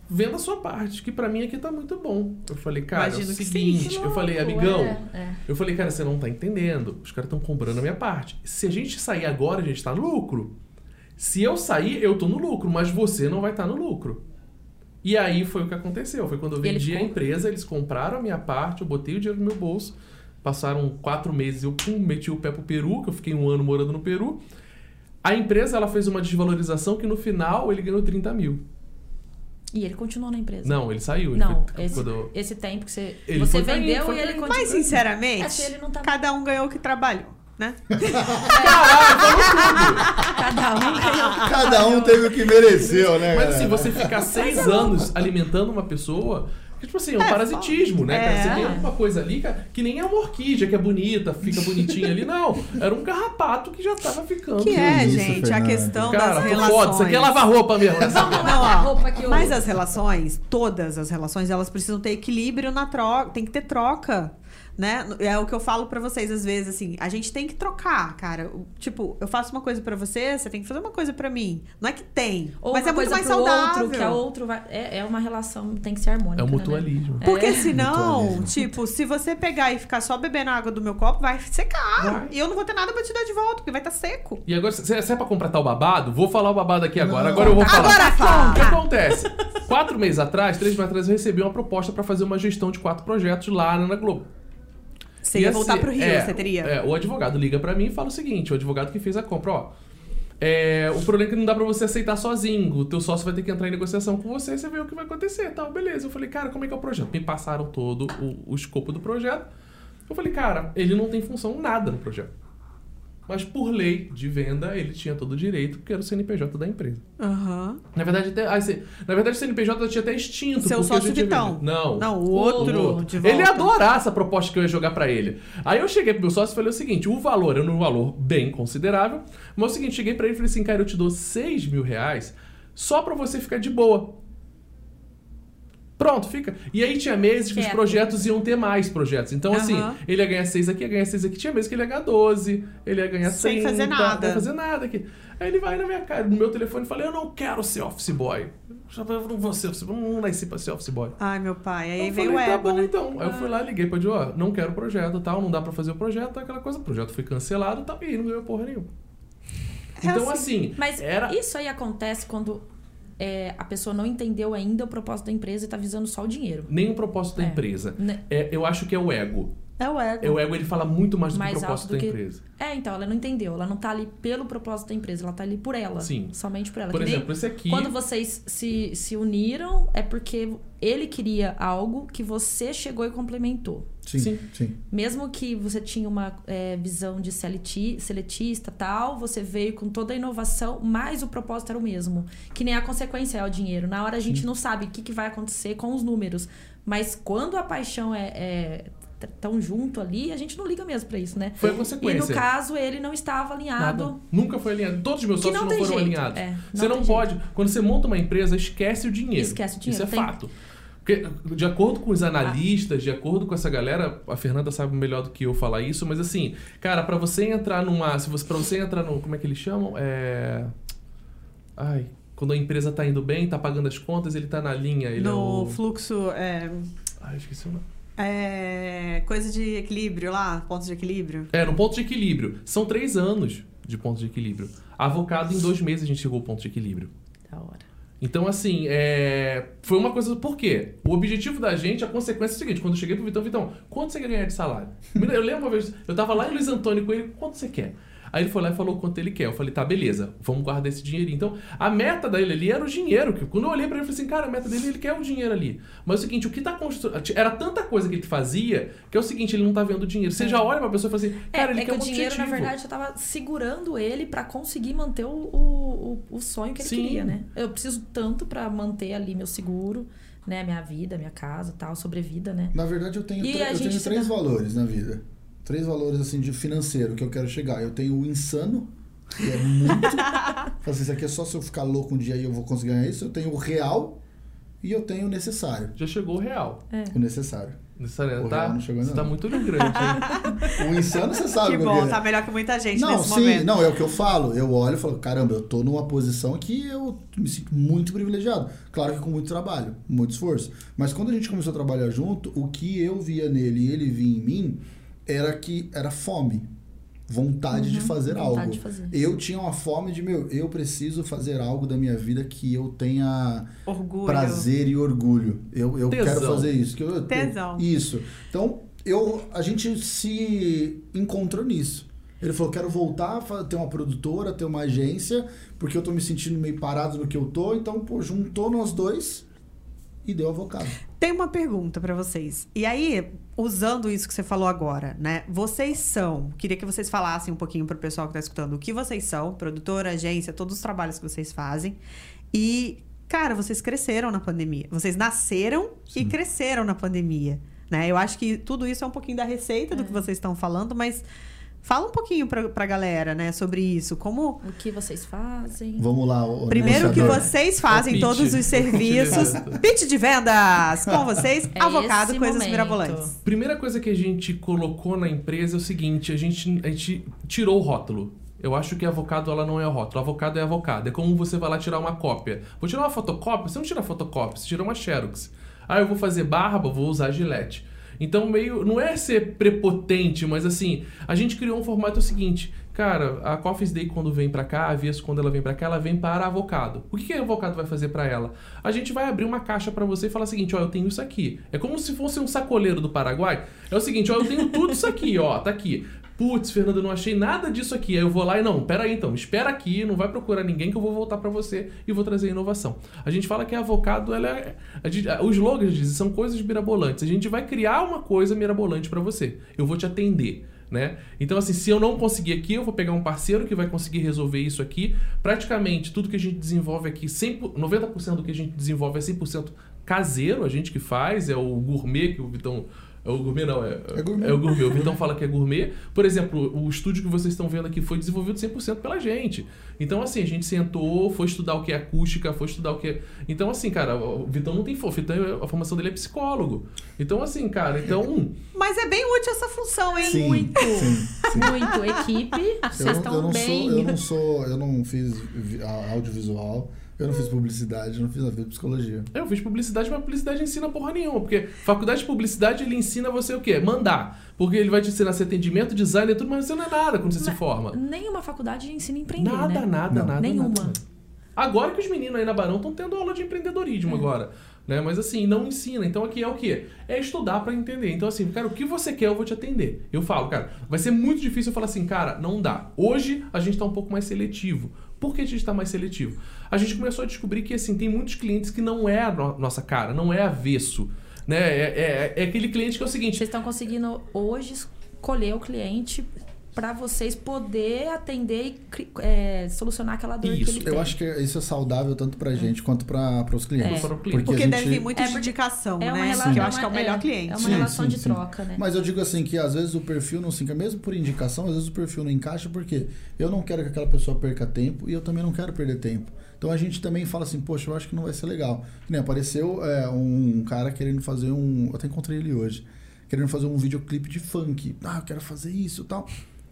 venda a sua parte, que pra mim aqui tá muito bom. Eu falei, cara, Imagino é o que seguinte, sim. eu falei, Que louco, amigão, é. eu falei, cara, você não tá entendendo, os caras estão comprando a minha parte. Se a gente sair agora, a gente tá no lucro. Se eu sair, eu tô no lucro, mas você não vai estar no lucro. E aí foi o que aconteceu, foi quando eu vendi a empresa, eles compraram a minha parte, eu botei o dinheiro no meu bolso, passaram 4 meses, eu meti o pé pro Peru, que eu fiquei 1 ano morando no Peru. A empresa, ela fez uma desvalorização que no final ele ganhou 30 mil. E ele continuou na empresa? Não, ele saiu. Não, Quando esse tempo que você Ele você foi caindo, vendeu foi e ele caindo. continuou. Mas, sinceramente, Assim, ele não tá- cada um ganhou o que trabalhou, né? Cada um ganhou. Cada um teve o que mereceu, né? Mas galera? assim, você ficar 6 anos alimentando uma pessoa, que, tipo assim, é um parasitismo, né, cara? Você tem alguma coisa ali, cara, que nem é uma orquídea, que é bonita, fica bonitinha ali, não. Era um carrapato que já tava ficando. Que é, isso, gente, Fernanda? a questão Cara, das tô relações. foda, isso aqui é lavar roupa mesmo. Vamos Não, lavar a ó, roupa que eu... mas as relações, todas as relações, elas precisam ter equilíbrio na troca, tem que ter troca, né? É o que eu falo pra vocês às vezes, assim, a gente tem que trocar, cara. Tipo, eu faço uma coisa pra você, você tem que fazer uma coisa pra mim. Não é que tem, Ou mas uma é muito coisa mais pro saudável. outro, que a outro vai... É uma relação, tem que ser harmônica, É um né? mutualismo. Porque senão, Mutualismo. tipo, se você pegar e ficar só bebendo a água do meu copo, vai secar. Vai. E eu não vou ter nada pra te dar de volta, porque vai estar seco. E agora, se é pra completar o babado, vou falar o babado aqui agora. Não. Agora eu vou falar. Agora fala. O que acontece? 4 meses atrás, 3 meses atrás, eu recebi uma proposta pra fazer uma gestão de 4 projetos lá na Globo. Você ia voltar pro Rio, é, você teria? É, o advogado liga pra mim e fala o seguinte, o advogado que fez a compra, ó. O problema é que não dá pra você aceitar sozinho. O teu sócio vai ter que entrar em negociação com você e você vê o que vai acontecer e tal. Beleza. Eu falei, cara, como é que é o projeto? Me passaram todo o escopo do projeto. Eu falei, cara, ele não tem função nada no projeto. Mas por lei de venda, ele tinha todo o direito, porque era o CNPJ da empresa. Aham. Na verdade, o CNPJ tinha até extinto. Seu porque sócio eu já tinha Vitão. vendido. Não. Não, o outro de volta. Ele ia adorar essa proposta que eu ia jogar pra ele. Aí eu cheguei pro meu sócio e falei o seguinte, o valor era um valor bem considerável, mas é o seguinte, cheguei pra ele e falei assim, cara, eu te dou 6 mil reais só pra você ficar de boa. Pronto, fica. E aí tinha meses que os Quieto. projetos iam ter mais projetos. Então, assim, Aham. ele ia ganhar 6 aqui, ia ganhar 6 aqui. Tinha meses que ele ia ganhar 12, ele ia ganhar 30. Sem fazer nada. Sem fazer nada aqui. Aí ele vai na minha cara, no meu telefone, e fala, eu não quero ser office boy. Eu não vou ser office boy, não nasci pra ser office boy. Ai, meu pai. Aí Eu veio falei, o tá ego, bom, né? então. Aí eu fui lá, liguei pra Dio, ó, não quero projeto e tal, não dá pra fazer o projeto, aquela coisa. O projeto foi cancelado e tal, e aí não ganhou porra nenhuma. Então, assim, Mas era... isso aí acontece quando a pessoa não entendeu ainda o propósito da empresa e tá visando só o dinheiro. Nem o propósito da É. empresa. Né? Eu acho que é o ego. É o ego. O ego, ele fala muito mais do que o Mais propósito alto do da que... empresa. Então, ela não entendeu. Ela não tá ali pelo propósito da empresa, ela tá ali por ela. Sim. Somente por ela. Por Que nem exemplo, esse aqui... Quando vocês se uniram, é porque ele queria algo que você chegou e complementou. Sim, sim. Mesmo que você tinha uma visão de seletista e tal, você veio com toda a inovação, mas o propósito era o mesmo. Que nem a consequência é o dinheiro. Na hora a gente não sabe o que vai acontecer com os números. Mas quando a paixão tão junto ali, a gente não liga mesmo pra isso, né? Foi a consequência. E no caso, ele não estava alinhado. Nada. Nunca foi alinhado. Todos os meus Que sócios não não tem foram jeito. alinhados. É, você não não tem pode... Quando você monta uma empresa, esquece o dinheiro. Esquece o dinheiro. Isso é Tem- fato. Porque, de acordo com os analistas, de acordo com essa galera, a Fernanda sabe melhor do que eu falar isso, mas assim, cara, pra você entrar pra você entrar no... Como é que eles chamam? Quando a empresa tá indo bem, tá pagando as contas, ele tá na linha. Ele No é o... fluxo, esqueci o nome. coisa de equilíbrio lá, pontos de equilíbrio. No ponto de equilíbrio. São 3 anos de ponto de equilíbrio. Avocado, em 2 meses a gente chegou ao ponto de equilíbrio. Da hora. Então, assim, foi uma coisa... Por quê? O objetivo da gente, a consequência é o seguinte. Quando eu cheguei pro Vitão, quanto você quer ganhar de salário? Eu lembro uma vez, eu tava lá em Luiz Antônio com ele, quanto você quer? Aí ele foi lá e falou quanto ele quer. Eu falei, tá, beleza, vamos guardar esse dinheirinho. Então, a meta dele ali era o dinheiro. Quando eu olhei pra ele, eu falei assim, cara, a meta dele, ele quer o dinheiro ali. Mas é o seguinte, o que tá construindo... Era tanta coisa que ele fazia, que é o seguinte, ele não tá vendo o dinheiro. Você já olha pra pessoa e fala assim, cara, ele é quer que um o dinheiro, objetivo. na verdade, eu tava segurando ele pra conseguir manter o sonho que ele Sim. queria, né? Eu preciso tanto pra manter ali meu seguro, né? Minha vida, minha casa, tal, sobrevida, né? Na verdade, eu tenho, E a eu gente tenho se 3 dá- valores na vida. 3 valores, assim, de financeiro que eu quero chegar. Eu tenho o insano, que é muito... Assim, isso aqui é só se eu ficar louco um dia e eu vou conseguir ganhar isso. Eu tenho o real, e eu tenho o necessário. Já chegou o real. O necessário. Necessário, O tá? real não chegou ainda Você tá não. muito olho grande, hein? O insano, você sabe. Que bom, tá melhor que muita gente não, nesse sim, momento. não, é o que eu falo. Eu olho e falo, caramba, eu tô numa posição que eu me sinto muito privilegiado. Claro que com muito trabalho, muito esforço. Mas quando a gente começou a trabalhar junto, o que eu via nele e ele via em mim era fome. Vontade de fazer vontade algo. de fazer. Eu tinha uma fome de, eu preciso fazer algo da minha vida que eu tenha Orgulho. prazer e orgulho. Eu Tesão. quero fazer isso. Tesão. Isso. Então, a gente se encontrou nisso. Ele falou, quero voltar a ter uma produtora, ter uma agência, porque eu tô me sentindo meio parado no que eu tô. Então, pô, juntou nós dois e deu Avocado. Tem uma pergunta pra vocês. E aí, usando isso que você falou agora, né? Queria que vocês falassem um pouquinho pro pessoal que tá escutando o que vocês são, produtora, agência, todos os trabalhos que vocês fazem. E, cara, vocês cresceram na pandemia. Vocês nasceram e cresceram na pandemia, né? Eu acho que tudo isso é um pouquinho da receita do que vocês estão falando, mas fala um pouquinho pra galera, né, sobre isso. Como... O que vocês fazem? Vamos lá. Primeiro, o que negociador. vocês fazem, pitch. todos os serviços. Pitch de vendas com vocês. É Avocado, esse coisas momento. mirabolantes. Primeira coisa que a gente colocou na empresa é o seguinte, a gente tirou o rótulo. Eu acho que avocado, ela não é rótulo. Avocado é avocado. É como você vai lá tirar uma cópia. Vou tirar uma fotocópia? Você não tira fotocópia, você tira uma xerox. Ah, eu vou fazer barba, vou usar Gillette. Então, não é ser prepotente, mas assim, a gente criou um formato seguinte. Cara, a Coffee's Day quando vem pra cá, a Vias quando ela vem pra cá, ela vem para avocado. O que a avocado vai fazer pra ela? A gente vai abrir uma caixa pra você e falar o seguinte, ó, eu tenho isso aqui. É como se fosse um sacoleiro do Paraguai. É o seguinte, ó, eu tenho tudo isso aqui, ó, tá aqui. Putz, Fernanda, eu não achei nada disso aqui. Aí eu vou lá e não, pera aí então, espera aqui, não vai procurar ninguém que eu vou voltar pra você e vou trazer inovação. A gente fala que a avocado, ela é... os slogans dizem, são coisas mirabolantes. A gente vai criar uma coisa mirabolante pra você. Eu vou te atender, né? Então assim, se eu não conseguir aqui, eu vou pegar um parceiro que vai conseguir resolver isso aqui. Praticamente tudo que a gente desenvolve aqui, 90% do que a gente desenvolve é 100% caseiro, a gente que faz, é o gourmet que o Vitão... É o gourmet, não, é gourmet. É o gourmet. O Vitão fala que é gourmet. Por exemplo, o estúdio que vocês estão vendo aqui foi desenvolvido 100% pela gente. Então, assim, a gente sentou, foi estudar o que é acústica, foi estudar o que é... Então, assim, cara, o Vitão não tem Vitão, a formação dele é psicólogo. Então, assim, cara, Mas é bem útil essa função, hein? Sim, Muito. sim. Muito. Equipe, vocês estão bem. Eu não fiz audiovisual, eu não fiz publicidade, eu não fiz nada, eu fiz psicologia. Eu fiz publicidade, mas publicidade ensina porra nenhuma. Porque faculdade de publicidade, ele ensina você o quê? Mandar. Porque ele vai te ensinar ser atendimento, design e tudo, mas você não é nada quando você se forma. Nenhuma faculdade ensina a empreender, Nada, né? nada. Nenhuma. Agora que os meninos aí na Barão estão tendo aula de empreendedorismo agora. Né? Mas assim, não ensina. Então aqui é o quê? É estudar pra entender. Então assim, cara, o que você quer eu vou te atender. Eu falo, cara, vai ser muito difícil eu falar assim, cara, não dá. Hoje a gente tá um pouco mais seletivo. Por que a gente tá mais seletivo? A gente começou a descobrir que assim, tem muitos clientes que não é a nossa cara, não é avesso. Né? É aquele cliente que é o seguinte... Vocês estão conseguindo hoje escolher o cliente para vocês poder atender e solucionar aquela dor que ele tem. Eu acho que isso é saudável tanto pra gente quanto para os clientes. Porque a gente... deve vir muito de indicação, uma né? relação, Que eu acho que é o melhor cliente. É uma relação de troca, né? Mas eu digo assim, que às vezes o perfil não se encaixa, mesmo por indicação, às vezes o perfil não encaixa, porque eu não quero que aquela pessoa perca tempo e eu também não quero perder tempo. Então a gente também fala assim, poxa, eu acho que não vai ser legal. Que nem apareceu um cara querendo fazer eu até encontrei ele hoje, querendo fazer um videoclipe de funk. Eu quero fazer isso e tal.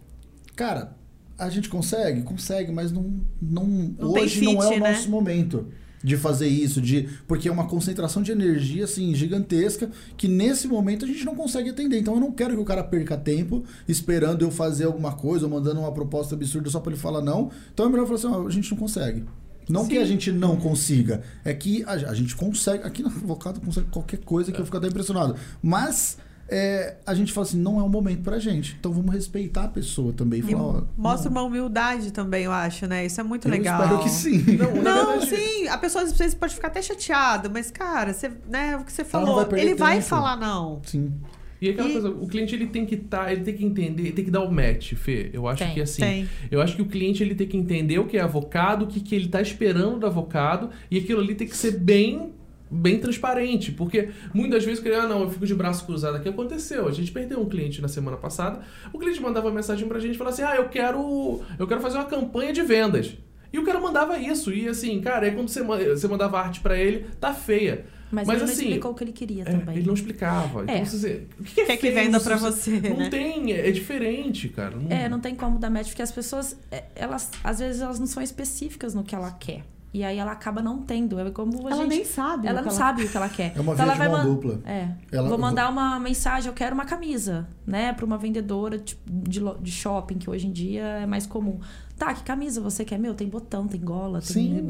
Cara, a gente consegue, mas não hoje não é o nosso momento de fazer isso, porque é uma concentração de energia assim gigantesca que nesse momento a gente não consegue atender. Então eu não quero que o cara perca tempo esperando eu fazer alguma coisa ou mandando uma proposta absurda só para ele falar não. Então é melhor falar assim, a gente não consegue. Não que a gente não consiga, é que a gente consegue, aqui no Avocado consegue qualquer coisa que eu fico até impressionado. Mas a gente fala assim, não é o momento pra gente. Então vamos respeitar a pessoa também. Mostra uma humildade também, eu acho, né? Isso é muito legal. Eu espero que sim. Não, sim. A pessoa às vezes pode ficar até chateada, mas, cara, o que você falou, ele vai falar não. Sim. E aquela coisa, o cliente ele tem que entender, ele tem que dar o match, Fê. Eu acho que assim, eu acho que o cliente ele tem que entender o que é avocado, o que ele tá esperando do avocado, e aquilo ali tem que ser bem transparente, porque muitas vezes eu fico de braço cruzado aqui. Aconteceu, a gente perdeu um cliente na semana passada, o cliente mandava mensagem pra gente e falava assim, eu quero fazer uma campanha de vendas. E o cara mandava isso, e assim, cara, aí quando você mandava arte pra ele, tá feia. Mas ele não assim, explicou o que ele queria também. Ele não explicava. Então, você, o que é Quer que venda pra você, Não né? tem, é diferente, cara. Não tem como dar match, porque as pessoas, elas, às vezes, elas não são específicas no que ela quer. E aí ela acaba não tendo. É como Ela nem sabe. Ela não sabe o que ela quer. É uma Então via ela de vai mão dupla. Vou mandar uma mensagem, eu quero uma camisa, né? Pra uma vendedora tipo, de shopping, que hoje em dia é mais comum. Tá, que camisa você quer? Meu, tem botão, tem gola,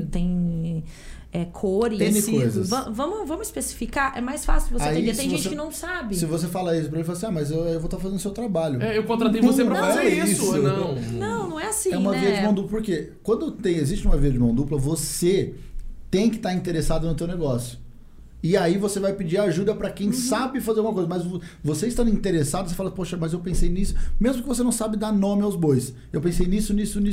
tem cores. Coisas. Vamos especificar? É mais fácil você Aí, entender. Tem gente você- que não sabe. Se você falar isso pra ele, fala assim, mas eu vou estar fazendo o seu trabalho. Eu contratei você pra Não fazer é isso. isso. Não é assim, É uma né? via de mão dupla, porque quando existe uma via de mão dupla, você tem que estar interessado no teu negócio. E aí você vai pedir ajuda para quem sabe fazer alguma coisa. Mas você estando interessado, você fala, poxa, mas eu pensei nisso. Mesmo que você não sabe dar nome aos bois. Eu pensei nisso.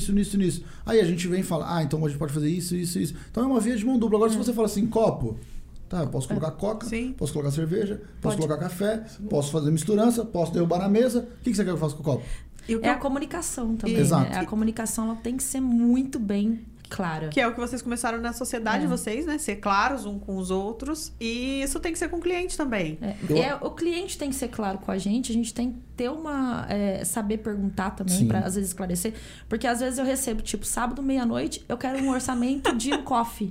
Aí a gente vem e fala, então a gente pode fazer isso. Então é uma via de mão dupla. Agora se você fala assim, copo, tá, eu posso colocar coca, Sim. posso colocar cerveja, posso Pode. colocar café, posso fazer misturança, posso derrubar na mesa. O que você quer que eu faça com o copo? E o que É a comunicação também. Exato. Né? A comunicação ela tem que ser muito bem clara. Que é o que vocês começaram na sociedade de vocês, né? Ser claros um com os outros. E isso tem que ser com o cliente também. O cliente tem que ser claro com a gente tem que ter saber perguntar também, Sim. pra às vezes esclarecer. Porque às vezes eu recebo, tipo, sábado, meia-noite, eu quero um orçamento de um coffee.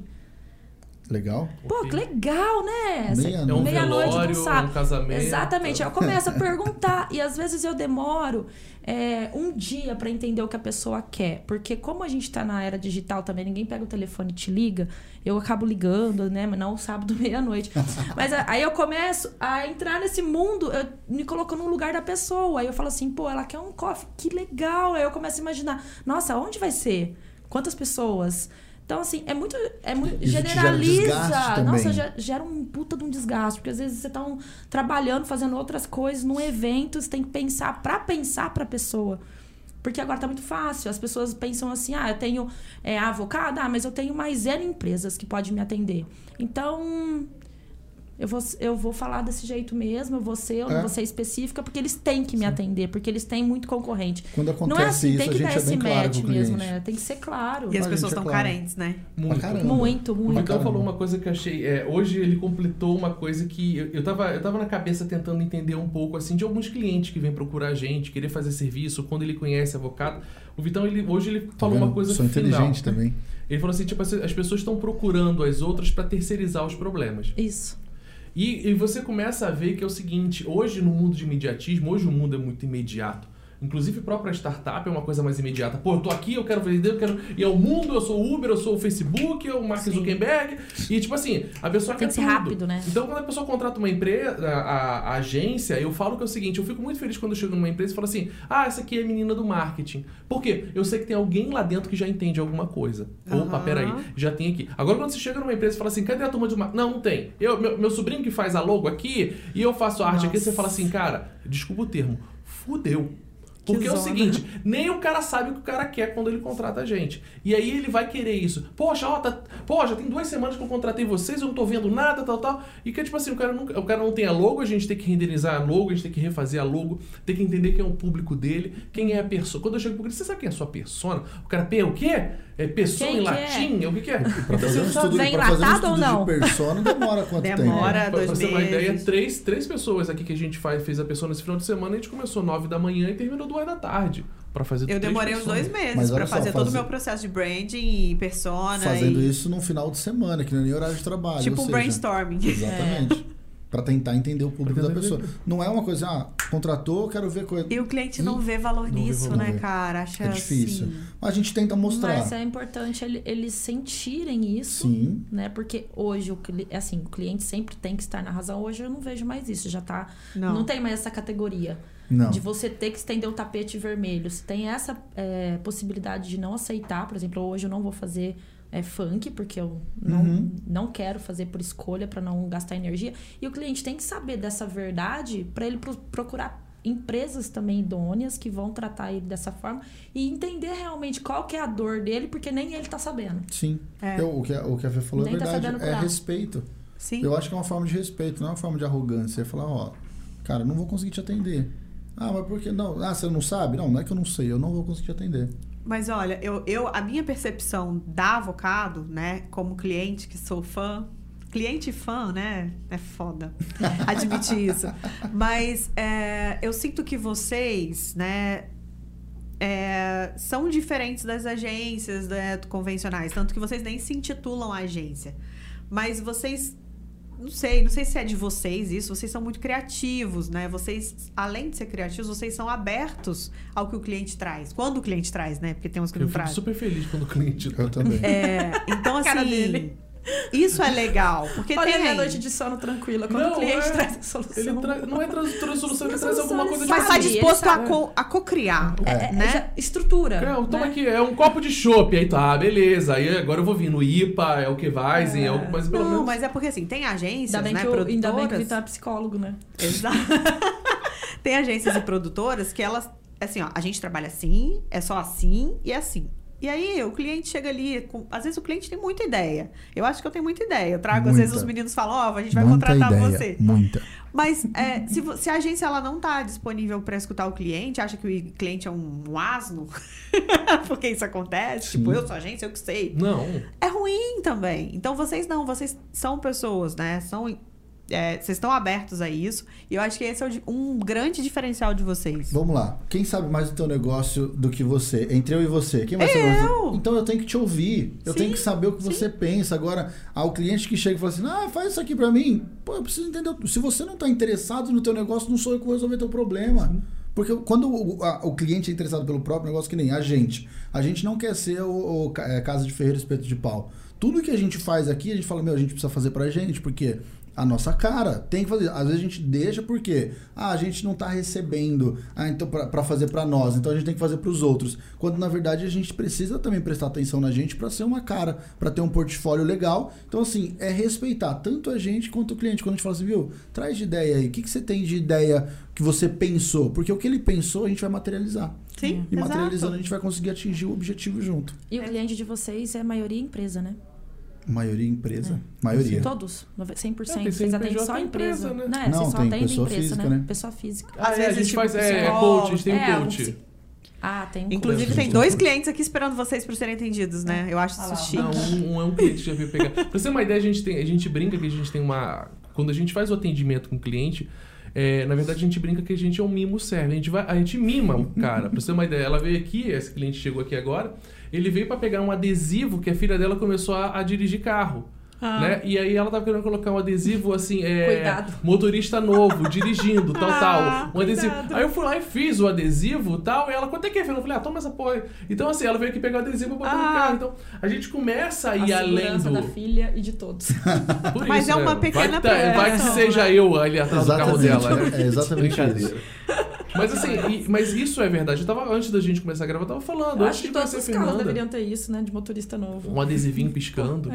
Legal? Pô, que legal, né? Meia-noite. É um Meia-noite, velório, não sabe. um casamento. Exatamente. Aí eu começo a perguntar. E às vezes eu demoro um dia pra entender o que a pessoa quer. Porque como a gente tá na era digital também, ninguém pega o telefone e te liga. Eu acabo ligando, né? Mas não sábado, meia-noite. Mas aí eu começo a entrar nesse mundo, eu me coloco no lugar da pessoa. Aí eu falo assim, pô, ela quer um coffee, que legal. Aí eu começo a imaginar, nossa, onde vai ser? Quantas pessoas? Então, assim, é muito Isso te gera generaliza. desgaste também. Nossa, gera um puta de um desgaste. Porque às vezes você tá trabalhando, fazendo outras coisas, num evento, você tem que pensar pra pessoa. Porque agora tá muito fácil. As pessoas pensam assim, eu tenho avocado, mas eu tenho mais N empresas que podem me atender. Então, eu vou falar desse jeito mesmo, eu não vou ser específica, porque eles têm que me atender, porque eles têm muito concorrente. Quando acontece Não é assim, isso, tem a que gente dar é esse bem claro match com o mesmo, cliente. né? Tem que ser claro. E as A pessoas gente é estão claro. carentes, né? Muito. Pra caramba. Muito. O Vitão caramba. falou uma coisa que eu achei. Hoje ele completou uma coisa que eu tava na cabeça tentando entender um pouco, assim, de alguns clientes que vêm procurar a gente, querer fazer serviço, quando ele conhece avocado. O Vitão, hoje ele falou uma coisa Sou final. inteligente também. Ele falou assim, tipo, as pessoas estão procurando as outras para terceirizar os problemas. Isso. E você começa a ver que é o seguinte, hoje no mundo de imediatismo, hoje o mundo é muito imediato. Inclusive, a própria startup é uma coisa mais imediata. Pô, eu tô aqui, eu quero vender, eu quero... E é o mundo, eu sou o Uber, eu sou o Facebook, eu sou o Mark Zuckerberg. E, tipo assim, a pessoa Tem quer que ser tudo. rápido, né? Então, quando a pessoa contrata uma empresa, a agência, eu falo que é o seguinte, eu fico muito feliz quando eu chego numa empresa e falo assim, essa aqui é a menina do marketing. Por quê? Eu sei que tem alguém lá dentro que já entende alguma coisa. Opa, peraí, já tem aqui. Agora, quando você chega numa empresa e fala assim, cadê a turma de marketing? Não tem. Meu sobrinho que faz a logo aqui, e eu faço a arte aqui, você fala assim, cara, desculpa o termo, fudeu. Porque é o seguinte, nem o cara sabe o que o cara quer quando ele contrata a gente. E aí ele vai querer isso. Poxa, já tem 2 semanas que eu contratei vocês, eu não tô vendo nada, tal. E que tipo assim, o cara não tem a logo, a gente tem que renderizar a logo, a gente tem que refazer a logo, tem que entender quem é o público dele, quem é a pessoa. Quando eu chego pro cliente, você sabe quem é a sua persona? O cara, o quê? É pessoa Quem em que latim? O que é? Pra fazer um estudo, vem pra fazer um enlatado ou estudo não? de persona demora quanto Demora. tempo? Pra 2 você ter uma ideia, meses. três pessoas aqui que a gente fez a pessoa nesse final de semana, a gente começou 9 da manhã e terminou 2 da tarde. Pra fazer Eu 3 demorei uns pessoas. 2 meses Mas olha pra só, fazer todo o meu processo de branding e persona. Fazendo e... isso num final de semana, que não é nem horário de trabalho. Tipo ou um seja, brainstorming. Exatamente. Pra tentar entender o público da pessoa. Não é uma coisa, contratou, quero ver coisa. E o cliente não vê valor Não vê nisso, valor. né, cara? Acha É difícil. assim... Mas a gente tenta mostrar. Mas é importante eles sentirem isso, Sim. né? Porque hoje, o cliente sempre tem que estar na razão. Hoje eu não vejo mais isso, já tá... Não tem mais essa categoria. Não. De você ter que estender o tapete vermelho. Você tem essa possibilidade de não aceitar. Por exemplo, hoje eu não vou fazer funk, porque eu não quero fazer por escolha, para não gastar energia. E o cliente tem que saber dessa verdade para ele procurar empresas também idôneas que vão tratar ele dessa forma e entender realmente qual que é a dor dele, porque nem ele tá sabendo. Sim. O que a Fê falou Nem é tá verdade. sabendo É curar. respeito. Sim. Eu acho que é uma forma de respeito, não é uma forma de arrogância. É falar, cara, não vou conseguir te atender. Mas por que não? Você não sabe? Não é que eu não sei, eu não vou conseguir te atender. Mas olha, a minha percepção da Avocado, né, como cliente, que sou fã, cliente fã, né? É foda admitir isso. Mas eu sinto que vocês, né, são diferentes das agências, né, convencionais. Tanto que vocês nem se intitulam agência. Mas vocês... Não sei se é de vocês isso, vocês são muito criativos, né? Vocês, além de ser criativos, vocês são abertos ao que o cliente traz. Quando o cliente traz, né? Porque tem uns que não trazem. Eu fico super feliz quando o cliente traz. Eu também. Então, A cara assim, dele. Isso é legal. Porque Olha a tem minha aí. noite de sono tranquila. Quando Não, o cliente é. traz a solução. Ele não é traz solução, ele traz alguma coisa Mas tá sabe, disposto ele a co-criar, né? Já estrutura. Toma né? aqui, é um copo de chopp. Aí tá, beleza. Aí agora eu vou vir no IPA, é o que vai, é o mas pelo Não, menos... mas é porque assim, tem agências, Ainda bem, né, ainda bem que o produtoras... Vitor é psicólogo, né? Exato. Tem agências e produtoras que elas, assim, ó, a gente trabalha assim, é só assim e é assim. E aí o cliente chega ali, às vezes o cliente tem muita ideia. Eu acho que eu tenho muita ideia. Eu trago, às vezes os meninos falam, ó, a gente vai contratar você. Muita. Mas se a agência ela não está disponível para escutar o cliente, acha que o cliente é um asno, porque isso acontece, Sim. tipo, eu sou agência, eu que sei. Não. É ruim também. Então vocês são pessoas, né? Vocês estão abertos a isso. E eu acho que esse é um grande diferencial de vocês. Vamos lá. Quem sabe mais do teu negócio do que você? Entre eu e você. Quem vai saber mais do... Então eu tenho que te ouvir. Eu tenho que saber o que você pensa. Agora, o cliente que chega e fala assim, faz isso aqui pra mim. Pô, eu preciso entender. Se você não tá interessado no teu negócio, não sou eu que vou resolver teu problema. Sim. Porque quando o cliente é interessado pelo próprio negócio, que nem a gente não quer ser casa de ferreiro, espeto de pau. Tudo que a gente faz aqui, a gente fala, a gente precisa fazer pra gente, porque... A nossa cara tem que fazer. Às vezes a gente deixa porque a gente não tá recebendo então para fazer para nós, então a gente tem que fazer para os outros. Quando na verdade a gente precisa também prestar atenção na gente para ser uma cara, para ter um portfólio legal. Então assim, é respeitar tanto a gente quanto o cliente. Quando a gente fala assim, viu, traz de ideia aí. O que você tem de ideia que você pensou? Porque o que ele pensou a gente vai materializar. Sim, e materializando a gente vai conseguir atingir o objetivo junto. E o cliente de vocês é maioria empresa, né? Maioria empresa. Maioria. Todos? 100%. Tem Vocês atendem só empresa, empresa. né? Não, vocês só tem atendem pessoa empresa, física, né? né? Pessoa física. Às vezes, a gente tipo, faz psicólogo. coach, a gente tem um É, coach. Tem um Inclusive, coach. tem 2 clientes aqui esperando vocês para serem atendidos, né? Eu acho isso chique. Não, é um cliente que já veio pegar. Pra você ter uma ideia, a gente brinca que a gente tem uma... Quando a gente faz o atendimento com o cliente, na verdade a gente brinca que a gente é um mimo serve. A gente mima o cara. Pra você ter uma ideia, ela veio aqui, esse cliente chegou aqui agora, ele veio pra pegar um adesivo que a filha dela começou a dirigir carro. Né? E aí ela tava querendo colocar um adesivo assim, motorista novo, dirigindo, tal. Um adesivo. Aí eu fui lá e fiz o adesivo, tal, e ela, quanto é que é? Eu falei, toma essa porra. Então assim, ela veio aqui pegar o adesivo e botar no carro. Então a gente começa a ir além do... da filha e de todos. Por Mas isso, é uma né? pequena vai que seja eu ali atrás do carro dela, né? É exatamente Brincadeira. Mas assim, mas isso é verdade. Antes da gente começar a gravar, eu tava falando. Eu Antes acho de que todos conhecer os a carros Fernanda, deveriam ter isso, né? De motorista novo. um adesivinho piscando.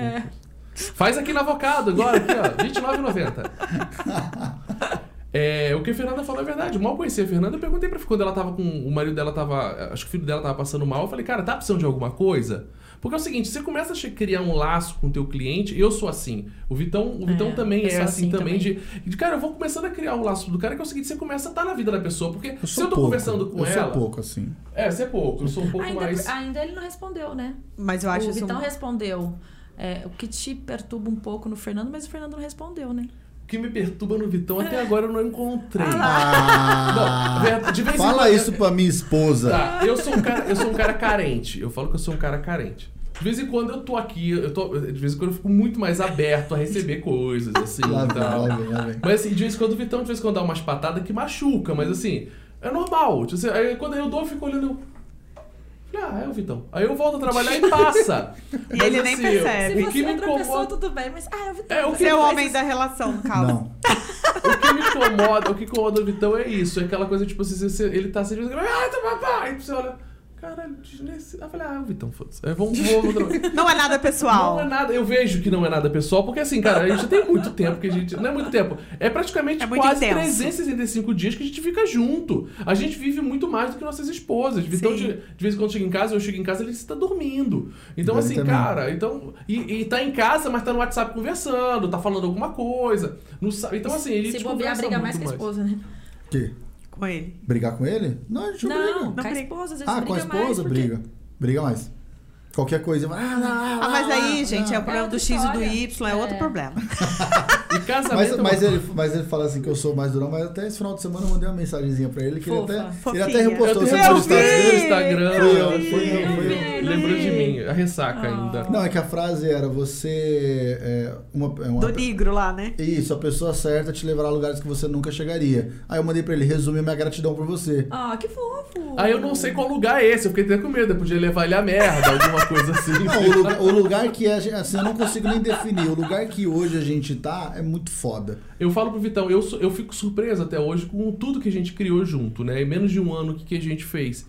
Faz aqui na Avocado agora, aqui, ó, R$29,90. O que a Fernanda falou é verdade. Eu mal conheci a Fernanda, eu perguntei pra quando ela tava com... O marido dela tava... Acho que o filho dela tava passando mal. Eu falei, cara, tá precisando de alguma coisa? Porque é o seguinte, você começa a criar um laço com o teu cliente, eu sou assim. O Vitão também é assim também. De, cara, eu vou começando a criar um laço do cara, que é o seguinte, você começa a estar na vida da pessoa. Porque se eu tô conversando com ela... Eu sou pouco, assim. Você é pouco, eu sou um pouco mais... Ainda ele não respondeu, né? Mas eu acho o Vitão respondeu. O que te perturba um pouco no Fernando, mas o Fernando não respondeu, né? O que me perturba no Vitão, até agora eu não encontrei. Fala isso pra minha esposa. Tá, eu sou um cara carente. Eu falo que eu sou um cara carente. De vez em quando eu tô aqui, de vez em quando eu fico muito mais aberto a receber coisas, assim, Lá e tal. vem. Mas assim, de vez em quando o Vitão, dá umas patadas que machuca, mas assim, é normal. Aí quando eu dou, eu fico olhando... é o Vitão. Aí eu volto a trabalhar e passa. E ele nem percebe. Se você é outra pessoa, tudo bem, mas... é o Vitão. Você é o homem da relação, no caso. Não. O que incomoda o Vitão é isso. É aquela coisa, tipo, ele tá sempre... Aí você olha... Caralho, desnecessário. Eu falei, é o Vitão, foda-se. Vamos Não é nada pessoal. Não é nada, eu vejo que não é nada pessoal, porque assim, cara, a gente já tem muito tempo que a gente... Não é muito tempo, é praticamente quase intenso. 365 dias que a gente fica junto. A gente vive muito mais do que nossas esposas. Então, de vez em quando chega em casa, eu chego em casa, ele está dormindo. Então, assim, também. Cara, e tá em casa, mas tá no WhatsApp conversando, tá falando alguma coisa. Não sabe. Então, assim, ele se bobear, briga mais que a esposa, né? Que? Com ele. Brigar com ele? Não, a gente não briga. Não, com a esposa, às vezes com a esposa mais, briga. Briga mais. Qualquer coisa. Mas aí, gente, é o problema outra do X e do história. Y, é outro problema. E casamento... Mas ele fala assim que eu sou mais durão, mas até esse final de semana eu mandei uma mensagenzinha pra ele que ele até Fofinha. repostou Eu seu tenho stories no Instagram. Foi eu. Lembrou de mim. A ressaca ainda. Não, é que a frase era você Do negro lá, né? Isso, a pessoa certa te levará a lugares que você nunca chegaria. Aí eu mandei pra ele, resume a minha gratidão por você. Ah, que fofo. Aí eu não sei qual lugar é esse, eu fiquei até com medo, eu podia levar ele a merda, alguma coisa assim. Não, o lugar que é, assim, eu não consigo nem definir. O lugar que hoje a gente tá é muito foda. Eu falo pro Vitão, eu fico surpreso até hoje com tudo que a gente criou junto, né? Em menos de um ano, o que a gente fez.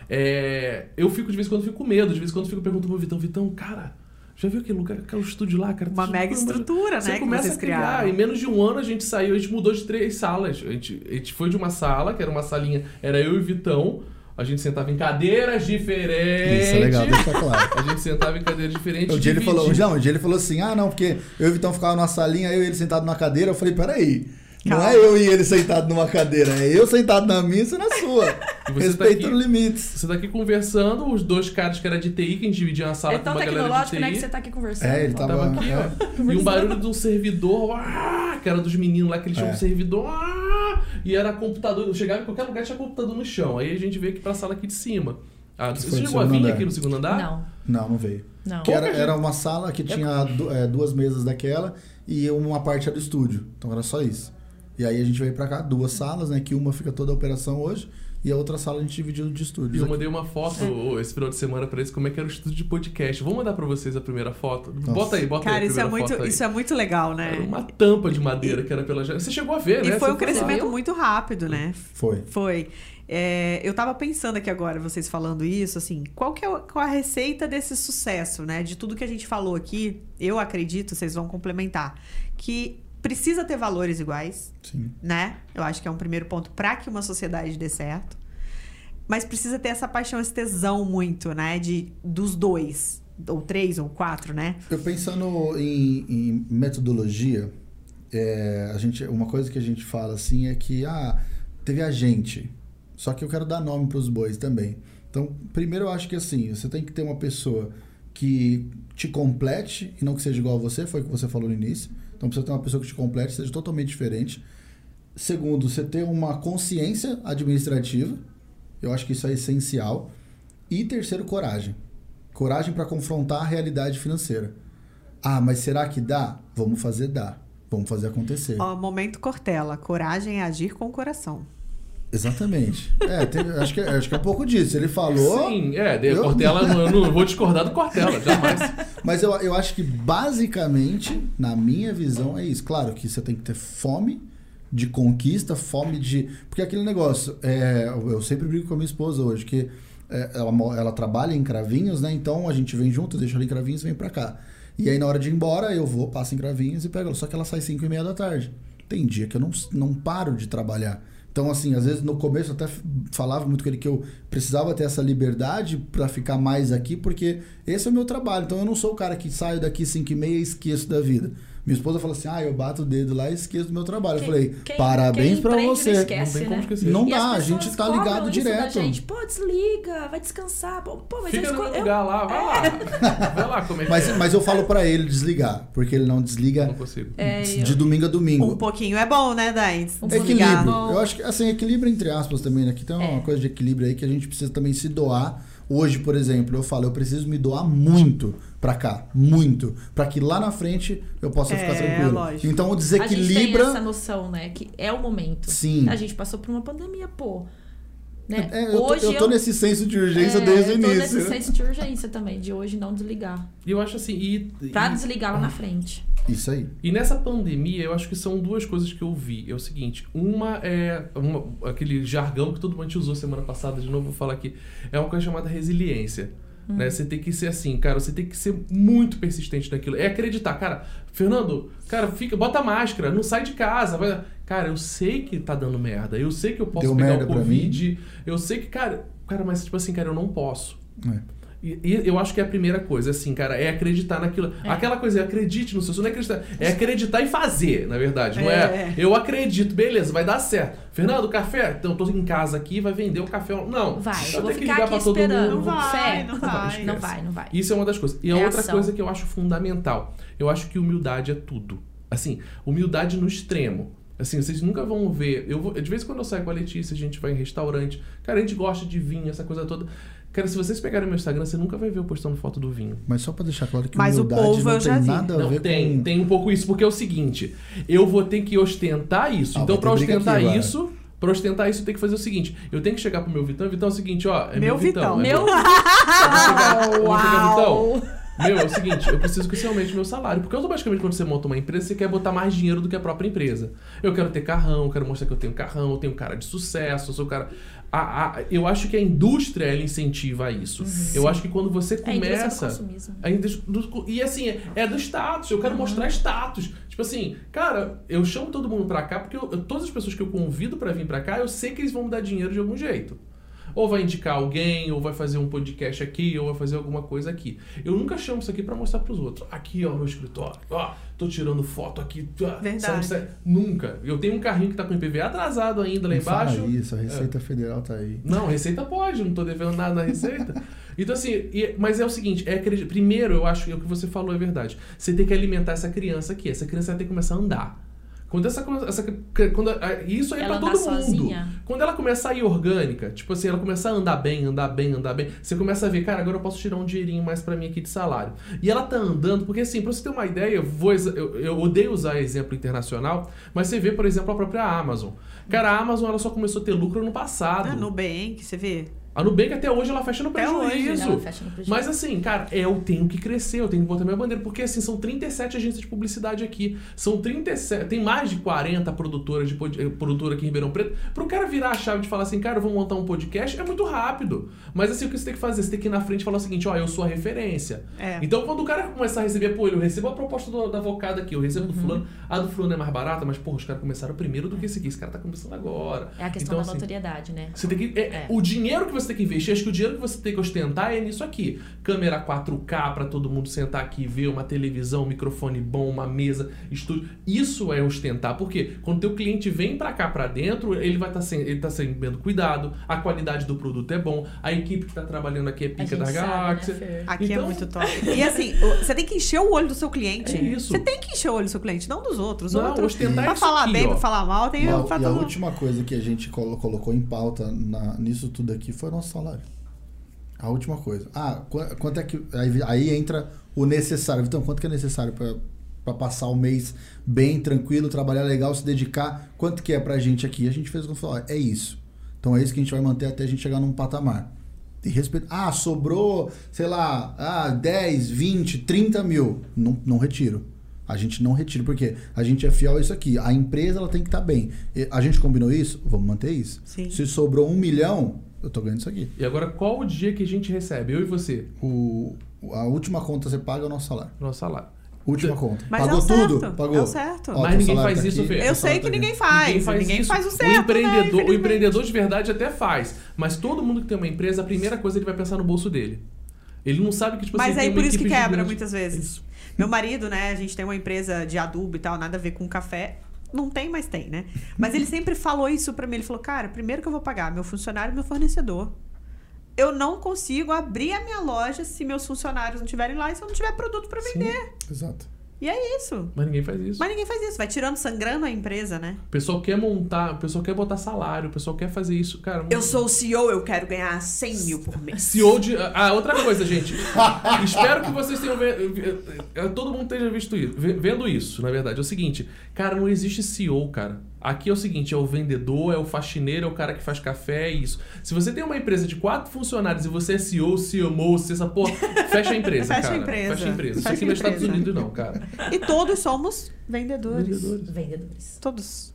Eu fico, de vez em quando, fico com medo, de vez em quando fico perguntando pro Vitão, cara, já viu aquele lugar, aquele estúdio lá, cara? Uma mega estrutura, você né, que começa vocês a criar. criaram. Em menos de um ano a gente saiu, a gente mudou de 3 salas. A gente foi de uma sala, que era uma salinha, era eu e o Vitão. A gente sentava em cadeiras diferentes. Isso é legal, deixa claro. A gente sentava em cadeiras diferentes. Um dia ele falou assim, não, porque eu e o Vitão ficava numa salinha, eu e ele sentado numa cadeira. Eu falei, peraí, não é eu e ele sentado numa cadeira, é eu sentado na minha e você na sua. Respeitando limites. Você tá aqui conversando, os 2 caras que era de TI, que a gente dividia uma sala É com tão uma galera de tecnológico, TI. né, que você tá aqui conversando. Ele Tava aqui, ó. E um barulho de um servidor, que era dos meninos lá, que eles tinham um servidor, e era computador. Eu chegava em qualquer lugar tinha computador no chão. Aí a gente veio aqui pra sala aqui de cima. Você chegou a vir aqui no segundo andar? Não. Não veio. Não. Que era uma sala que tinha 2 mesas daquela e uma parte era do estúdio. Então era só isso. E aí a gente veio pra cá, 2 salas, né? Que uma fica toda a operação hoje e a outra sala a gente dividiu de estúdios. E eu mandei uma foto esse final de semana pra eles, como é que era o estúdio de podcast. Vou mandar pra vocês a primeira foto. Nossa. Bota aí Cara, a primeira foto aí. isso é muito legal, né? Era uma tampa de madeira que era pela janela. Você chegou a ver, né? E foi Você um crescimento viu? muito rápido, né? Foi. Eu tava pensando aqui agora, vocês falando isso, assim, qual é a receita desse sucesso, né? De tudo que a gente falou aqui, eu acredito, vocês vão complementar, que precisa ter valores iguais, Sim. né? Eu acho que é um primeiro ponto para que uma sociedade dê certo. Mas precisa ter essa paixão, esse tesão muito, né? Dos 2, ou 3, ou 4, né? Eu pensando em metodologia, uma coisa que a gente fala assim é que teve a gente. Só que eu quero dar nome para os bois também. Então, primeiro eu acho que assim, você tem que ter uma pessoa que te complete e não que seja igual a você, foi o que você falou no início. Então precisa ter uma pessoa que te complete, seja totalmente diferente. Segundo, você ter uma consciência administrativa. Eu acho que isso é essencial. E terceiro, coragem. Coragem para confrontar a realidade financeira. Mas será que dá? Vamos fazer dar. Vamos fazer acontecer. Momento Cortella. Coragem é agir com o coração. Exatamente. Acho que é um pouco disso. Ele falou... Sim, Cortella, eu não vou discordar do Cortella, jamais. Mas eu acho que basicamente, na minha visão, é isso. Claro que você tem que ter fome de conquista, fome de... Porque aquele negócio, eu sempre brigo com a minha esposa hoje, que ela trabalha em Cravinhos, né? Então a gente vem junto, deixa ela em Cravinhos e vem pra cá. E aí na hora de ir embora, eu vou, passo em Cravinhos e pego ela. Só que ela sai 5:30 da tarde. Tem dia que eu não paro de trabalhar. Então, assim, às vezes no começo eu até falava muito com ele que eu precisava ter essa liberdade para ficar mais aqui, porque esse é o meu trabalho. Então, eu não sou o cara que saio daqui 5:30 e esqueço da vida. Minha esposa fala assim, eu bato o dedo lá e esqueço do meu trabalho. Eu falei, parabéns pra você. Não esquece, não tem como esquecer. Não E dá, as a gente pessoas tá ligado cobram isso da direto. gente. Desliga, vai descansar. Mas Fica no lugar lá, vai lá. Vai lá, como é que Mas eu falo pra ele desligar, porque ele não desliga Não consigo. de domingo a domingo. Um pouquinho é bom, né, Dai? Equilíbrio. Eu acho que, assim, equilíbrio entre aspas também, né? Aqui tem uma coisa de equilíbrio aí que a gente precisa também se doar. Hoje, por exemplo, eu preciso me doar muito pra cá, muito, pra que lá na frente eu possa ficar tranquilo. Lógico. Então o A gente desequilibra. tem essa noção, né? Que é o momento. Sim. A gente passou por uma pandemia, né? Eu tô nesse senso de urgência desde o Eu tô início. nesse senso de urgência também, de hoje não desligar. E eu acho assim... Pra desligar lá na frente. Isso aí. E nessa pandemia, eu acho que são 2 coisas que eu vi. É o seguinte, uma é aquele jargão que todo mundo usou semana passada, de novo vou falar aqui, é uma coisa chamada resiliência. Né? Você tem que ser assim, cara, você tem que ser muito persistente naquilo. É acreditar, cara, Fernando, cara, bota máscara, não sai de casa. Cara, eu sei que tá dando merda, eu sei que eu posso pegar o Covid, eu sei que, cara, mas tipo assim, cara, eu não posso. E eu acho que é a primeira coisa, assim, cara, é acreditar naquilo. Aquela coisa, acredite no seu sonho, não é acreditar. É acreditar e fazer, na verdade. Não é eu acredito, beleza, vai dar certo. Fernando, café? Então, eu tô em casa aqui, vai vender o café. Não. Vai, eu vou tenho que ficar ligar aqui pra todo esperando. mundo. Não vai. Isso é uma das coisas. E a É outra ação. coisa que eu acho fundamental. Eu acho que humildade é tudo. Assim, humildade no extremo. Assim, vocês nunca vão ver. De vez em quando eu saio com a Letícia, a gente vai em restaurante. Cara, a gente gosta de vinho, essa coisa toda. Cara, se vocês pegarem meu Instagram, você nunca vai ver eu postando foto do vinho. Mas só pra deixar claro que Mas o humildade povo não eu já tem vi. nada a Não, ver com... tem um pouco isso, porque é o seguinte, eu vou ter que ostentar isso. Então, pra vai ter briga ostentar aqui agora. isso, eu tenho que fazer o seguinte, eu tenho que chegar pro meu Vitão, Vitão é o seguinte, ó, é Meu Vitão. é Meu... Eu vou chegar, Uau! Vitão, meu, é o seguinte, eu preciso que você aumente meu salário. Porque automaticamente quando você monta uma empresa, você quer botar mais dinheiro do que a própria empresa. Eu quero ter carrão, eu quero mostrar que eu tenho carrão, eu tenho cara de sucesso, eu sou cara... eu acho que a indústria, ela incentiva isso. Eu acho que quando você começa... A indústria do consumismo. E assim, é do status, eu quero mostrar status. Tipo assim, cara, eu chamo todo mundo pra cá porque todas as pessoas que eu convido pra vir pra cá, eu sei que eles vão me dar dinheiro de algum jeito. Ou vai indicar alguém, ou vai fazer um podcast aqui, ou vai fazer alguma coisa aqui. Eu nunca chamo isso aqui pra mostrar pros outros. Aqui, ó, meu escritório. Ó, tô tirando foto aqui. Verdade. Nunca. Eu tenho um carrinho que tá com IPVA atrasado ainda lá Não embaixo. fala isso, a Receita Federal tá aí. Não, Receita pode, não tô devendo nada na Receita. Então assim, mas é o seguinte, primeiro eu acho que o que você falou é verdade. Você tem que alimentar essa criança aqui. Essa criança vai ter que começar a andar. Isso aí é pra todo mundo. Sozinha. Quando ela começar a ir orgânica, tipo assim, ela começar a andar bem, você começa a ver, cara, agora eu posso tirar um dinheirinho mais pra mim aqui de salário. E ela tá andando, porque assim, pra você ter uma ideia, eu odeio usar exemplo internacional, mas você vê, por exemplo, a própria Amazon. Cara, a Amazon ela só começou a ter lucro no passado. Nubank, você vê. A Nubank até hoje ela fecha no prejuízo. Ela fecha no prejuízo. Mas assim, cara, eu tenho que crescer, eu tenho que botar minha bandeira. Porque assim, são 37 agências de publicidade aqui. São 37. Tem mais de 40 produtoras produtora aqui em Ribeirão Preto. Pro cara virar a chave de falar assim, cara, eu vou montar um podcast, é muito rápido. Mas assim, o que você tem que fazer? Você tem que ir na frente e falar o seguinte, ó, eu sou a referência. Então quando o cara começar a receber, pô, eu recebo a proposta da Avocado aqui, eu recebo do fulano. A do fulano é mais barata, mas, porra, os caras começaram primeiro do que esse aqui. Esse cara tá começando agora. É a questão então, da assim, notoriedade, né? Você tem que, o dinheiro que você tem que investir, acho que o dinheiro que você tem que ostentar é nisso aqui. Câmera 4K pra todo mundo sentar aqui e ver, uma televisão, um microfone bom, uma mesa, estúdio. Isso é ostentar. Por quê? Quando o teu cliente vem pra cá pra dentro, ele vai estar ele tá sendo cuidado, a qualidade do produto é bom, a equipe que tá trabalhando aqui é pica da galáxia. Né, aqui então, é muito top. E assim, você tem que encher o olho do seu cliente. É isso. Você tem que encher o olho do seu cliente, não dos outros. Não, Outros, ostentar pra isso falar aqui, bem, ó. pra falar mal, tem Não, pra e a todo última coisa que a gente colocou em pauta nisso tudo aqui foi o nosso salário. A última coisa. Quanto é que... Aí entra o necessário. Então, quanto que é necessário para passar o mês bem, tranquilo, trabalhar legal, se dedicar? Quanto que é pra gente aqui? A gente fez o que falou, é isso. Então é isso que a gente vai manter até a gente chegar num patamar. E respeito. Sobrou, sei lá, 10, 20, 30 mil. Não retiro. A gente não retira, porque a gente é fiel a isso aqui. A empresa ela tem que estar bem. A gente combinou isso? Vamos manter isso. Sim. Se sobrou 1 milhão, eu tô ganhando isso aqui. E agora, qual o dia que a gente recebe? Eu e você? A última conta você paga é o nosso salário. Nosso salário. Última conta. Mas Pagou é o certo, tudo? Pagou. é o certo. Ó, Mas teu ninguém salário faz tá isso, aqui, Fê. Eu teu sei salário que tá ninguém aqui. faz. Ninguém faz o certo, o empreendedor de verdade até faz. Mas todo mundo que tem uma empresa, a primeira coisa ele vai pensar no bolso dele. Ele não sabe que, tipo Mas assim, aí tem por uma isso que equipe quebra gigante. muitas vezes. Isso. Meu marido, né, a gente tem uma empresa de adubo e tal, nada a ver com café. Não tem, mas tem, né? Mas ele sempre falou isso pra mim. Ele falou, cara, primeiro que eu vou pagar meu funcionário e meu fornecedor. Eu não consigo abrir a minha loja se meus funcionários não estiverem lá e se eu não tiver produto pra vender. Exato. E é isso. Mas ninguém faz isso. Mas ninguém faz isso. Vai tirando, sangrando a empresa, né? O pessoal quer montar, o pessoal quer botar salário, o pessoal quer fazer isso, cara. Eu sou o CEO, eu quero ganhar 100 mil por mês. CEO de... outra coisa, gente. Espero que vocês tenham... todo mundo esteja vendo isso, na verdade. É o seguinte, cara, não existe CEO, cara. Aqui é o seguinte, é o vendedor, é o faxineiro, é o cara que faz café, é isso. Se você tem uma empresa de 4 funcionários e você é CEO, CMO, essa porra, fecha a empresa, Fecha a cara. empresa. Fecha a empresa. Isso Fecha aqui a não é Estados empresa. Unidos, não, cara. E todos somos vendedores. Vendedores. Todos.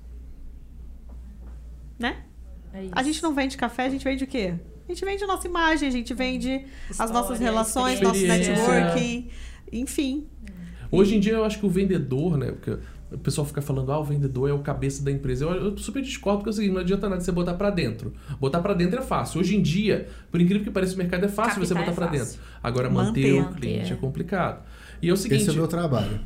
Né? É isso. A gente não vende café, a gente vende o quê? A gente vende a nossa imagem, a gente vende as História, nossas relações, nosso experiência. networking, enfim. Hoje em dia eu acho que o vendedor, né? Porque O pessoal fica falando, o vendedor é o cabeça da empresa. Eu super discordo, porque é o seguinte, não adianta nada você botar pra dentro. Botar pra dentro é fácil. Hoje em dia, por incrível que pareça, o mercado é fácil você botar pra dentro. Agora, manter o cliente é complicado. E é o seguinte... Esse é o meu trabalho.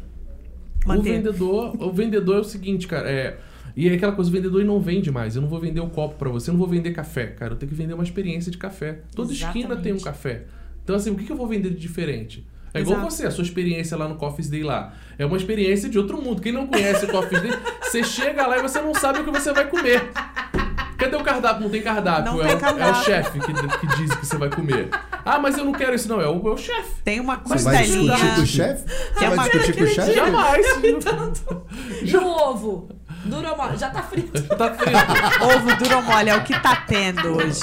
O vendedor é o seguinte, cara, e é aquela coisa, o vendedor não vende mais. Eu não vou vender o copo pra você, eu não vou vender café, cara. Eu tenho que vender uma experiência de café. Toda esquina tem um café. Então, assim, o que eu vou vender de diferente? É igual você, a sua experiência lá no Coffee's Day lá. É uma experiência de outro mundo. Quem não conhece o Coffee's Day, você chega lá e você não sabe o que você vai comer. Cadê o cardápio? Não tem cardápio. Não tem cardápio. É o chefe que diz que você vai comer. Ah, mas eu não quero isso, não. É o chefe. Tem uma Você vai costelinha. discutir com o chefe? Você vai discutir com o chefe? Jamais. E o ovo? Duro ou mole? Já tá frito. Tá frito. Ovo duro ou mole é o que tá tendo hoje.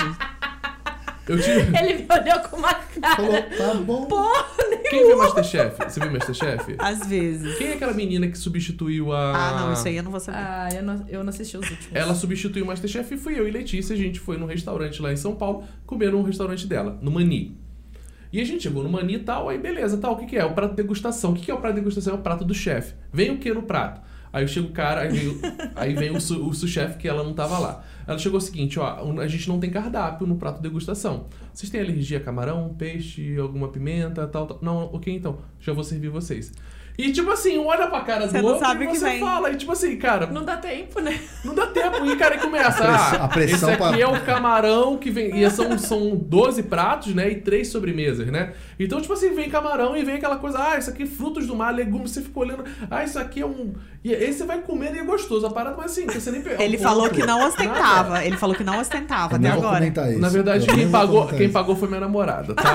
Ele me olhou com uma cara. Falou, tá bom. Quem viu Masterchef? Você viu Masterchef? Às vezes. Quem é aquela menina que substituiu a... Ah, não, isso aí eu não vou saber. Ah, eu não assisti os últimos. Ela substituiu o Masterchef e fui eu e Letícia. A gente foi num restaurante lá em São Paulo, comer num restaurante dela, no Mani. E a gente chegou no Mani e tal, aí beleza, tal, o que é? O prato de degustação. O que é o prato de degustação? É o prato do chefe. Vem o que no prato? Aí chega o cara, aí vem o sous-chefe, que ela não tava lá. Ela chegou o seguinte, ó, a gente não tem cardápio no prato de degustação. Vocês têm alergia a camarão, peixe, alguma pimenta, tal? Não, ok, então, já vou servir vocês. E tipo assim, um olha pra cara do Você não outro sabe e o que você vem. fala. E tipo assim, cara... Não dá tempo, né? Não dá tempo. E cara, aí começa. A pressão esse aqui pra... é o camarão que vem... E são 12 pratos, né? E 3 sobremesas, né? Então, tipo assim, vem camarão e vem aquela coisa... Ah, isso aqui é frutos do mar, legumes. Você fica olhando... Ah, isso aqui é um... E aí você vai comendo e é gostoso. A parada, mas assim, você nem pegou. Ele falou que não ostentava. Ele falou que não ostentava Eu até nem vou agora. comentar isso. Na verdade, Eu nem vou comentar quem isso. pagou foi minha namorada, tá?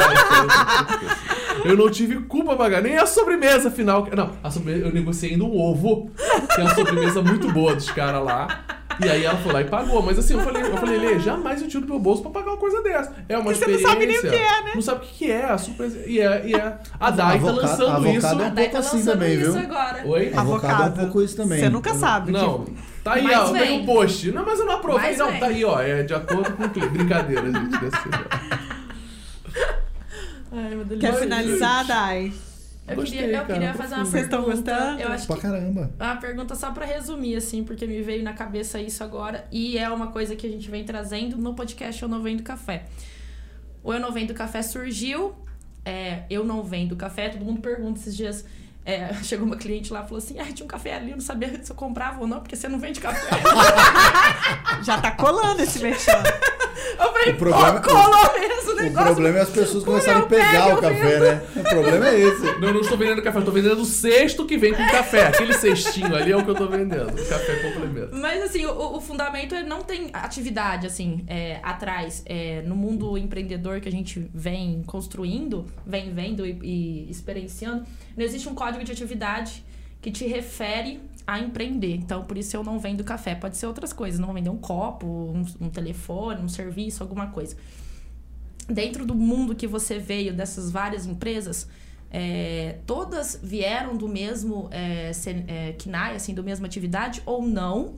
Eu não tive culpa pra pagar, nem a sobremesa final. Não, a sobremesa, eu negociei ainda um ovo, que é uma sobremesa muito boa dos caras lá. E aí ela foi lá e pagou. Mas assim, eu falei, Lê, jamais eu tiro do meu bolso pra pagar uma coisa dessa. É uma Porque você experiência. não sabe nem o que é, né? Não sabe o que é, a surpresa. E é a Dai tá lançando avocado isso. é um A Dai pouco tá assim lançando também, isso viu? agora. Oi? Avocado é um pouco isso também. Você nunca sabe. Não. Tá aí, Mas ó, vem. tem um post. Não, mas eu não aprovei. Mas Não, vem. tá aí, ó. É de acordo com o cliente. Brincadeira, gente. Desse... Ai, meu Deus. Quer finalizar, Dai? Eu queria fazer uma Vocês estão pergunta. gostando? Eu acho Pra que caramba. uma pergunta só pra resumir, assim, porque me veio na cabeça isso agora. E é uma coisa que a gente vem trazendo no podcast Eu Não Vendo Café. O Eu Não Vendo Café surgiu. Eu não vendo café. Todo mundo pergunta esses dias. Chegou uma cliente lá e falou assim: tinha um café ali, eu não sabia se eu comprava ou não, porque você não vende café. Já tá colando esse merchan. Eu falei, O problema- colou mesmo o O negócio. problema é as pessoas começarem a eu pegar pego o café, né? O problema é esse. Não estou vendendo café, eu estou vendendo o cesto que vem com café. Aquele cestinho ali é o que eu estou vendendo. O café complemento. Mas, assim, o fundamento é não tem atividade, assim, atrás. No mundo empreendedor que a gente vem construindo, vem vendo e experienciando, não existe um código de atividade que te refere a empreender. Então, por isso eu não vendo café. Pode ser outras coisas. Não vou vender um copo, um telefone, um serviço, alguma coisa. Dentro do mundo que você veio dessas várias empresas, todas vieram do mesmo KNAI, assim, do mesma atividade ou não?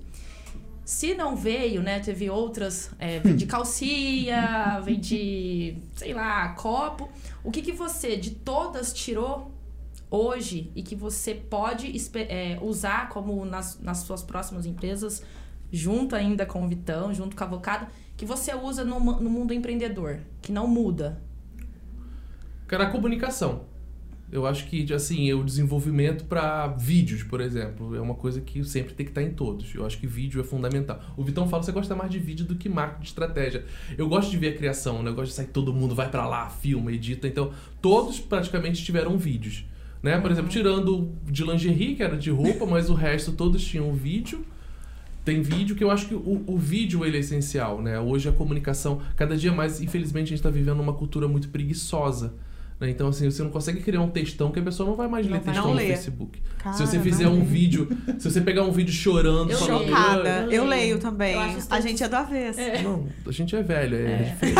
Se não veio, né, teve outras, vem de calcia, vem de, sei lá, copo. O que você, de todas, tirou hoje e que você pode usar como nas suas próximas empresas, junto ainda com o Vitão, junto com a Avocado, que você usa no mundo empreendedor, que não muda? Cara, a comunicação. Eu acho que, assim, o desenvolvimento para vídeos, por exemplo, é uma coisa que sempre tem que estar em todos. Eu acho que vídeo é fundamental. O Vitão fala que você gosta mais de vídeo do que marketing de estratégia. Eu gosto de ver a criação, né? Eu gosto de sair todo mundo, vai para lá, filma, edita. Então, todos praticamente tiveram vídeos. Né? Por exemplo, tirando de lingerie, que era de roupa, mas o resto todos tinham vídeo. Tem vídeo que eu acho que o vídeo ele é essencial, né? Hoje a comunicação, cada dia mais, infelizmente, a gente está vivendo uma cultura muito preguiçosa. Né? Então, assim, você não consegue criar um textão que a pessoa não vai mais ler textão no Facebook. Cara, se você fizer um vídeo, se você pegar um vídeo chorando... Eu falando, Chocada. Eu Eu leio. leio também. Eu acho os A textos- gente é do avesso. Não, a gente é velho, é diferente.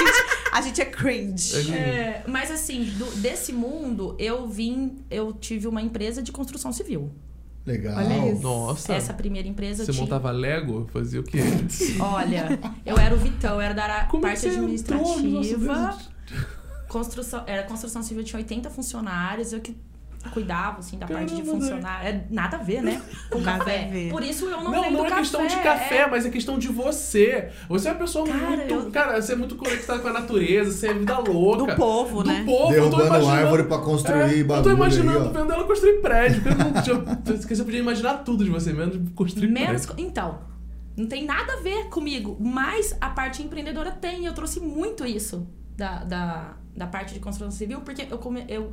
A gente é cringe. Mas assim, desse mundo, eu tive uma empresa de construção civil. Legal. Olha isso. Nossa, Essa primeira empresa você tinha... montava Lego? Fazia o quê? Olha, eu era o Vitão, eu era da Como é que parte você entrou no nosso administrativa. business? Construção civil, tinha 80 funcionários, eu que cuidava, assim, da parte de Caramba, funcionário. É nada a ver, né? Com Nada café. a ver. Por isso eu não Não, vendo não é café. questão de café, mas é questão de você. Você é uma pessoa Cara, muito... Cara, você é muito conectada com a natureza, você é vida louca. Do povo, né? Do povo. Eu tô Derrubando imaginando- árvore pra construir Eu tô bagulho imaginando aí, ó. vendo ela construir prédio. Porque você podia imaginar tudo de você, menos construir Menos. prédio. Então, não tem nada a ver comigo, mas a parte empreendedora tem. Eu trouxe muito isso da parte de construção civil, porque eu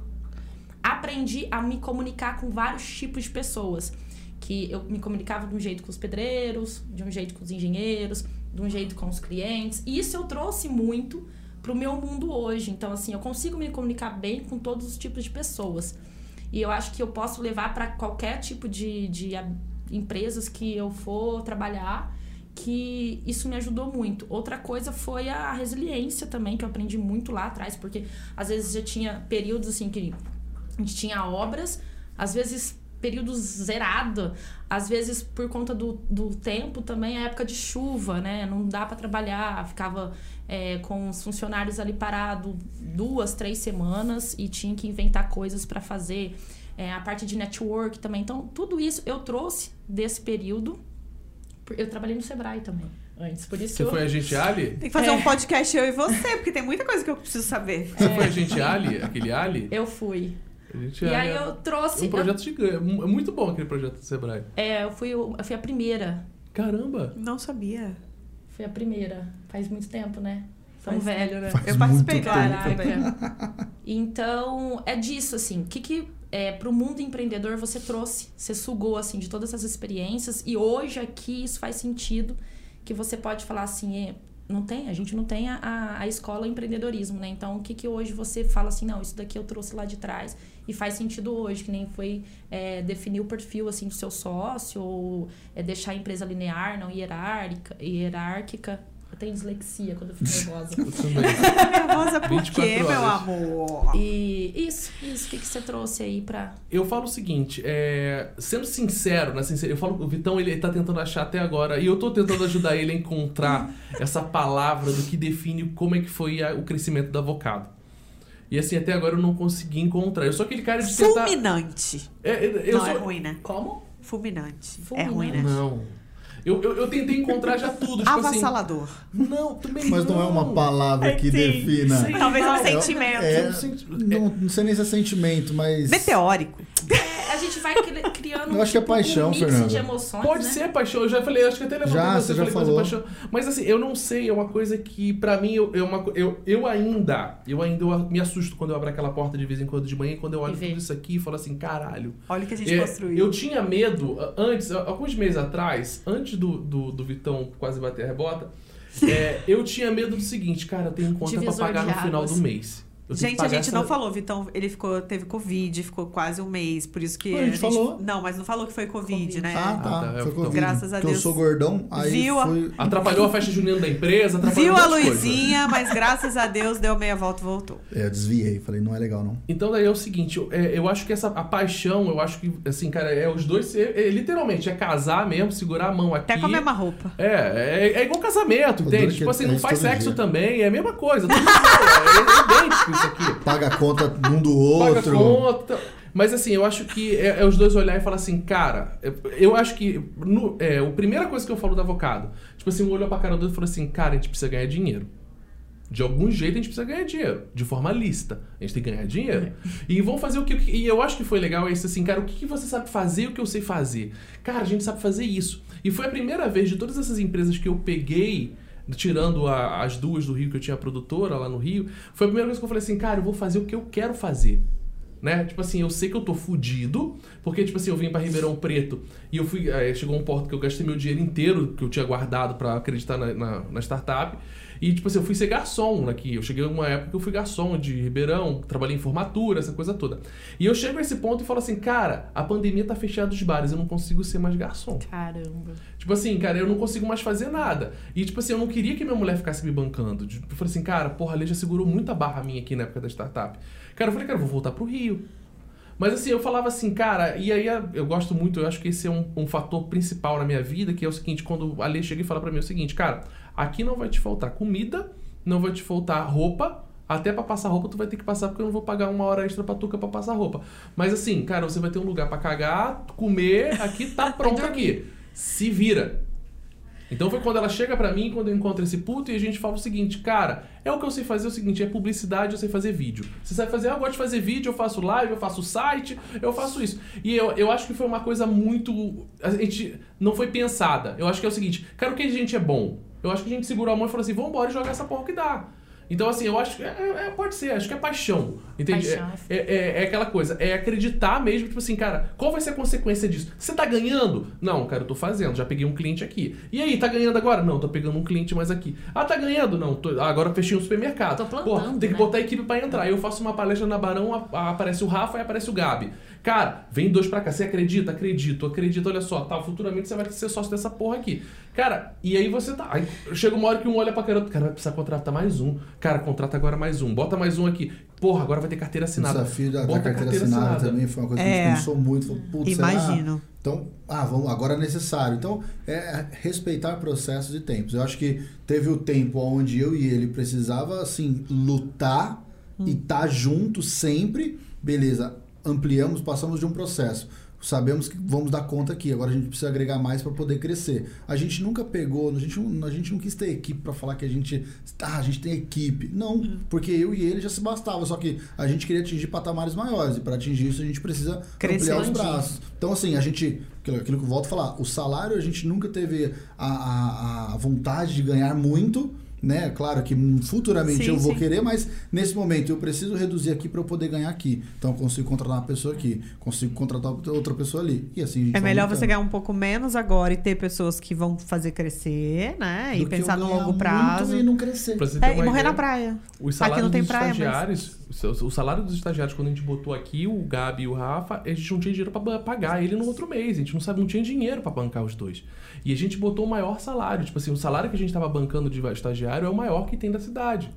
aprendi a me comunicar com vários tipos de pessoas. Que eu me comunicava de um jeito com os pedreiros, de um jeito com os engenheiros, de um jeito com os clientes. E isso eu trouxe muito pro meu mundo hoje. Então, assim, eu consigo me comunicar bem com todos os tipos de pessoas. E eu acho que eu posso levar para qualquer tipo de empresas que eu for trabalhar, que isso me ajudou muito. Outra coisa foi a resiliência também, que eu aprendi muito lá atrás, porque às vezes já tinha períodos assim que a gente tinha obras, às vezes períodos zerado, às vezes por conta do tempo também, a época de chuva, né? Não dá para trabalhar, ficava com os funcionários ali parado 2, 3 semanas e tinha que inventar coisas para fazer. A parte de network também. Então, tudo isso eu trouxe desse período. Eu trabalhei no Sebrae também, antes. Por isso Você foi agente Ali? Tem que fazer um podcast eu e você, porque tem muita coisa que eu preciso saber. Você foi agente Ali? Aquele Ali? Eu fui. Agente E Ali aí é eu trouxe... um projeto gigante. É muito bom aquele projeto do Sebrae. Eu fui a primeira. Caramba! Não sabia. Fui a primeira. Faz muito tempo, né? Tão Faz- velho, né? Faz Eu participei muito do área tempo. também. Então, é disso, assim. O que pro mundo empreendedor você trouxe? Você sugou, assim, de todas essas experiências. E hoje aqui isso faz sentido. Que você pode falar assim... a gente não tem a escola empreendedorismo, né? Então, o que hoje você fala assim... Não, isso daqui eu trouxe lá de trás. E faz sentido hoje. Que nem foi definir o perfil, assim, do seu sócio. Ou deixar a empresa linear, não hierárquica. Eu tenho dislexia quando eu fico nervosa. Eu também. Nervosa por 24 quê, meu horas. amor? E isso. O que você trouxe aí pra... Eu falo o seguinte, sendo sincero, eu falo que o Vitão, ele tá tentando achar até agora, e eu tô tentando ajudar ele a encontrar essa palavra do que define como é que foi o crescimento do Avocado. E assim, até agora eu não consegui encontrar. Eu sou aquele cara de tentar... Fulminante. Eu Não, sou... é ruim, né? Como? Fulminante. É Fulminante. ruim, né? Não. Eu tentei encontrar já tudo, tipo assim... Avassalador. Não, também Mas não é uma palavra que Sim. defina. Sim. Talvez um Não, sentimento. Não sei nem se é sentimento, mas. Meteórico. A gente vai criando Eu acho que é paixão, um mix Fernanda. de emoções, Pode né? ser paixão, eu já falei, acho que até levantou Já, você você já falei coisa de falou. paixão. Mas assim, eu não sei, é uma coisa que pra mim, eu ainda me assusto quando eu abro aquela porta de vez em quando de manhã, quando eu olho E vê. tudo isso aqui e falo assim, caralho. Olha o que a gente construiu. Eu tinha medo, antes, alguns meses atrás, antes do Vitão quase bater a rebota, eu tinha medo do seguinte, cara, eu tenho conta pra Divisor pagar de no final águas. do mês. Eu tenho que Gente, a pagar gente essa- não falou, Vitão, ele teve Covid, ficou quase um mês, por isso que Pô, a gente falou. Não, mas não falou que foi Covid, Covid. né? Ah, tá, tá. é, Foi então. Covid. Graças a Porque Deus. eu sou gordão, aí Viu a- foi. Atrapalhou a festa junina da empresa, atrapalhou Viu um a monte de coisa. luzinha, mas graças a Deus deu meia volta e voltou. Eu desviei, falei, não é legal não. Então daí é o seguinte, eu acho que a paixão, eu acho que, assim, cara, os dois, literalmente, é casar mesmo, segurar a mão aqui. Até com a mesma roupa. É igual casamento, O entende? duro Tipo que assim, a não gente faz todo sexo dia. também, é a mesma coisa. Tudo é idêntico isso aqui. Paga a conta um do Paga outro. conta. Mas assim, eu acho que é os dois olhar e falar assim, cara, eu acho que a primeira coisa que eu falo do Avocado, tipo assim, um olhou pra cara do outro e falou assim, cara, a gente precisa ganhar dinheiro. De algum jeito a gente precisa ganhar dinheiro. De forma lícita. A gente tem que ganhar dinheiro. E vamos fazer o que... E eu acho que foi legal isso assim, cara, o que você sabe fazer e o que eu sei fazer? Cara, a gente sabe fazer isso. E foi a primeira vez de todas essas empresas que eu peguei, tirando as duas do Rio, que eu tinha a produtora lá no Rio, foi a primeira vez que eu falei assim, cara, eu vou fazer o que eu quero fazer. Né? Tipo assim, eu sei que eu tô fudido, porque, tipo assim, eu vim pra Ribeirão Preto e eu fui... chegou um ponto que eu gastei meu dinheiro inteiro que eu tinha guardado pra acreditar na startup. E, tipo assim, eu fui ser garçom aqui. Eu cheguei numa época que eu fui garçom de Ribeirão, trabalhei em formatura, essa coisa toda. E eu chego a esse ponto e falo assim, cara, a pandemia tá fechada os bares, eu não consigo ser mais garçom. Caramba. Tipo assim, cara, eu não consigo mais fazer nada. E, tipo assim, eu não queria que minha mulher ficasse me bancando. Eu falei assim, cara, porra, a Lê já segurou muita barra minha aqui na época da startup. Cara, eu falei, cara, eu vou voltar pro Rio. Mas assim, eu falava assim, cara, e aí eu gosto muito, eu acho que esse é um fator principal na minha vida, que é o seguinte, quando a Lê chega e fala pra mim o seguinte, cara, aqui não vai te faltar comida, não vai te faltar roupa, Até pra passar roupa tu vai ter que passar, porque eu não vou pagar 1 hora extra pra Tuca pra passar roupa. Mas assim, cara, você vai ter um lugar pra cagar, comer, aqui tá pronto aqui. Se vira. Então foi quando ela chega pra mim, quando eu encontro esse puto, e a gente fala o seguinte, cara, é o que eu sei fazer, é o seguinte, é publicidade, eu sei fazer vídeo. Você sabe fazer, eu gosto de fazer vídeo, eu faço live, eu faço site, eu faço isso. E eu acho que foi uma coisa muito... A gente não foi pensada. Eu acho que é o seguinte, cara, o que a gente é bom? Eu acho que a gente segurou a mão e falou assim, vambora e jogar essa porra que dá. Então, assim, eu acho que pode ser, acho que é paixão, entende? Paixão. É aquela coisa, é acreditar mesmo, tipo assim, cara, qual vai ser a consequência disso? Você tá ganhando? Não, cara, eu tô fazendo, já peguei um cliente aqui. E aí, tá ganhando agora? Não, tô pegando um cliente mais aqui. Ah, tá ganhando? Não, agora eu fechei um supermercado. Tô plantando, Pô, tem que né? botar a equipe pra entrar. Aí eu faço uma palestra na Barão, aparece o Rafa e aparece o Gabi. Cara, vem 2 pra cá, você acredita? Acredito, olha só, tá, futuramente você vai ser sócio dessa porra aqui. Cara, e aí você tá. Aí chega uma hora que um olha pra cara, outro, cara, vai precisar contratar mais um. Cara, contrata agora mais um, bota mais um aqui. Porra, agora vai ter carteira assinada. O desafio da Bota carteira assinada também foi uma coisa que a gente pensou muito. Falou, putz, Imagino. Então, vamos, agora é necessário. Então, respeitar processos e tempos. Eu acho que teve o tempo onde eu e ele precisava, assim, lutar e estar junto sempre. Beleza, ampliamos, passamos de um processo. Sabemos que vamos dar conta aqui, agora a gente precisa agregar mais para poder crescer. A gente nunca pegou, a gente não quis ter equipe para falar que a gente tem equipe. Não, porque eu e ele já se bastava, só que a gente queria atingir patamares maiores e para atingir isso a gente precisa ampliar os braços. Então assim, aquilo que eu volto a falar, o salário a gente nunca teve a vontade de ganhar muito, né? Claro que futuramente eu vou querer, mas nesse momento eu preciso reduzir aqui para eu poder ganhar aqui. Então eu consigo contratar uma pessoa aqui, consigo contratar outra pessoa ali. E assim a gente É vai melhor aumentando. você ganhar um pouco menos agora e ter pessoas que vão fazer crescer, né? Do E que pensar eu no ganhar longo muito prazo. E não crescer. Pra você ter E uma morrer ideia, na praia. Os salários Aqui não tem dos praia, estagiários, o salário dos estagiários, quando a gente botou aqui, o Gabi e o Rafa, a gente não tinha dinheiro pra pagar ele no outro mês. A gente não tinha dinheiro pra bancar os dois. E a gente botou o maior salário. Tipo assim, o salário que a gente tava bancando de estagiário é o maior que tem da cidade.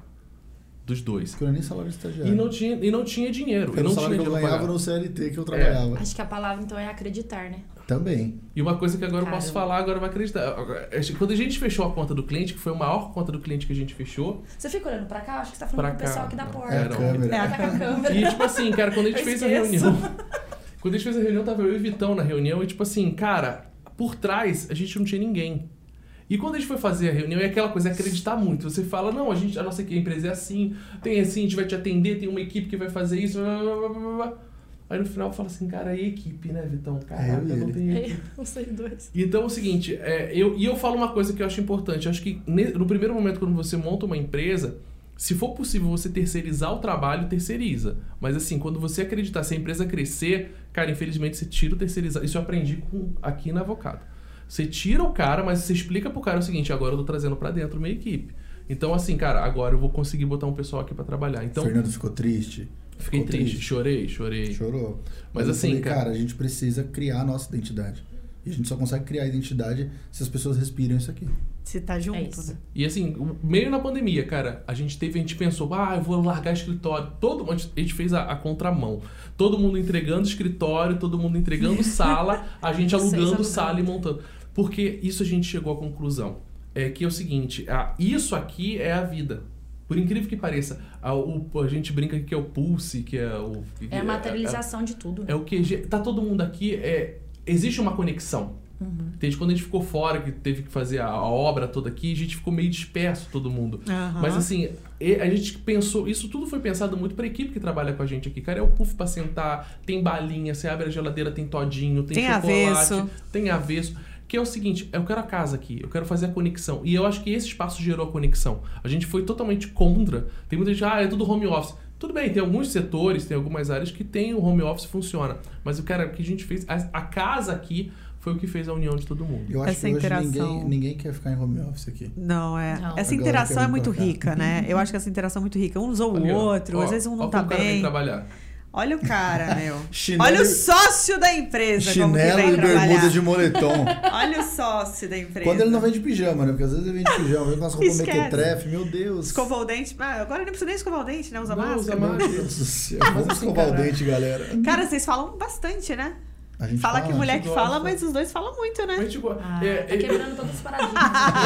Dos dois. Porque eu nem salário de estagiário. E não tinha dinheiro. Era o salário que eu ganhava no CLT que eu trabalhava. Acho que a palavra, então, é acreditar, né? Também. E uma coisa que agora eu posso Caramba. falar, agora vai acreditar. Quando a gente fechou a conta do cliente, que foi a maior conta do cliente que a gente fechou, Você fica olhando pra cá? Acho que você tá falando Pra com o pessoal cá. aqui da Não. porta. É a câmera. Tá com a câmera. e tipo assim, cara, quando a gente Eu fez a esqueço. reunião... Quando a gente fez a reunião, tava eu e o Vitão na reunião, e tipo assim, cara, por trás a gente não tinha ninguém. E quando a gente foi fazer a reunião, é aquela coisa, é acreditar muito. Você fala, não, a nossa empresa é assim, tem assim, a gente vai te atender, tem uma equipe que vai fazer isso, blá, blá, blá, blá, blá. Aí no final fala assim, cara, e equipe, né, Vitão? Caraca, eu e não ele. tem equipe. Vocês dois. Então é o seguinte, eu falo uma coisa que eu acho importante. Eu acho que no primeiro momento, quando você monta uma empresa, se for possível você terceirizar o trabalho, terceiriza. Mas assim, quando você acreditar, se a empresa crescer, cara, infelizmente você tira o terceirizar. Isso eu aprendi aqui na Avocado. Você tira o cara, mas você explica pro cara o seguinte, agora eu tô trazendo pra dentro minha equipe. Então assim, cara, agora eu vou conseguir botar um pessoal aqui pra trabalhar. Então, Fernando ficou triste. fiquei Ficou triste, chorei. Chorou. Mas eu assim, falei, cara, a gente precisa criar a nossa identidade. E a gente só consegue criar a identidade se as pessoas respiram isso aqui. Se tá junto, isso. né? E assim, meio na pandemia, cara, a gente pensou, eu vou largar escritório. A gente fez a contramão. Todo mundo entregando escritório, todo mundo entregando sala, a gente alugando sala e montando. Porque isso a gente chegou à conclusão. É que é o seguinte, isso aqui é a vida. Por incrível que pareça, a gente brinca que é o Pulse, que é o... É a materialização de tudo. É o QG. Tá todo mundo aqui, existe uma conexão. Entende? Quando a gente ficou fora, que teve que fazer a obra toda aqui, a gente ficou meio disperso, todo mundo. Mas assim, a gente pensou, isso tudo foi pensado muito pra equipe que trabalha com a gente aqui. Cara, é o puff pra sentar, tem balinha, você abre a geladeira, tem todinho, tem chocolate, tem avesso. Que é o seguinte, eu quero a casa aqui, eu quero fazer a conexão. E eu acho que esse espaço gerou a conexão. A gente foi totalmente contra. Tem muita gente, é tudo home office. Tudo bem, tem alguns setores, tem algumas áreas que tem o home office funciona. Mas, cara, o que a gente fez, a casa aqui foi o que fez a união de todo mundo. Eu acho Essa que hoje interação... ninguém quer ficar em home office aqui. Não. Essa Agora interação eu é quero muito colocar. rica, né? Eu acho que essa interação é muito rica. Um usou Ali, o ó. outro, às vezes um não Ó tá como o cara vem bem. trabalhar. Olha o cara, meu. Chinelo- Olha o sócio da empresa como que Chinelo vem e trabalhar. bermuda de moletom. Olha o sócio da empresa. Quando ele não vem de pijama, né? Porque às vezes ele vem de pijama, vem com as roupas Esquece. mequetrefe, meu Deus. Escovou o dente. Agora nem precisa nem escovar o dente, né? Usa Não, máscara. usa Meu máscara. Deus do céu. Vamos escovar o dente, galera. Cara, vocês falam bastante, né? A gente Fala que mulher que gosta. fala, mas os dois falam muito, né? Mas, tipo, Tá quebrando todas as paradigmas.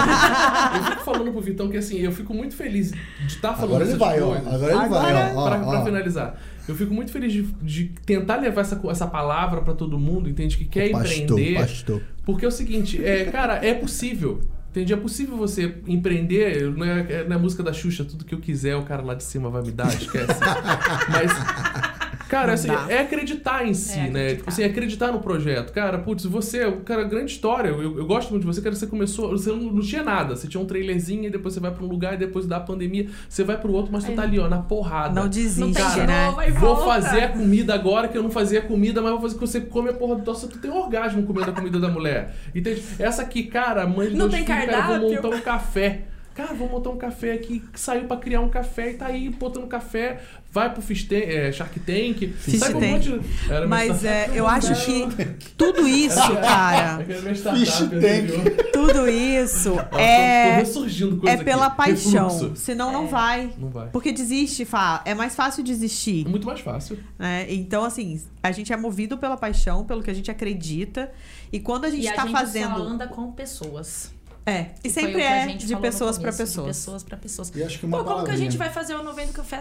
eu fico falando pro Vitão que assim, eu fico muito feliz de estar falando Agora ele essas vai, ó. coisas. Agora ele vai, ó. Pra finalizar, eu fico muito feliz de tentar levar essa palavra pra todo mundo, entende? Que quer empreender. Pastor. Porque é o seguinte, cara, é possível. Entende? É possível você empreender, não é a música da Xuxa, tudo que eu quiser, o cara lá de cima vai me dar, esquece. Mas, cara, assim, é acreditar em si, né? Tipo assim, acreditar no projeto. Cara, putz, você, cara, grande história. Eu gosto muito de você, cara, você começou, você não tinha nada. Você tinha um trailerzinho, e depois você vai pra um lugar, e depois da pandemia, você vai pro outro, mas tu tá ali, ó, na porrada. Não desiste, Não tem né? de novo, aí Vou volta. fazer a comida agora que eu não fazia comida, mas vou fazer que você come a porra do doce. Tu tem orgasmo comendo a comida da mulher. Entende? Essa aqui, cara, mãe de Não dois tem filhos, cara, vou cardápio. montar um café. Cara, vou montar um café aqui, que saiu pra criar um café e tá aí botando café, vai pro Shark Tank, sai pra um monte de... Era Mas minha eu acho que tudo isso, cara, Era minha startup Fish anterior. tudo isso Tô é ressurgindo coisa pela aqui. paixão. Refluxo. Senão não vai. Não vai. Porque desiste, é mais fácil desistir. Muito mais fácil. Né? Então, assim, a gente é movido pela paixão, pelo que a gente acredita. E quando a gente tá só fazendo. anda com pessoas. E Que foi sempre o que a é gente de falou no pessoas pra começo, pessoas. De pessoas pra pessoas. E acho que uma Pô, como que a palavrinha. gente vai fazer o Não Vendo Café?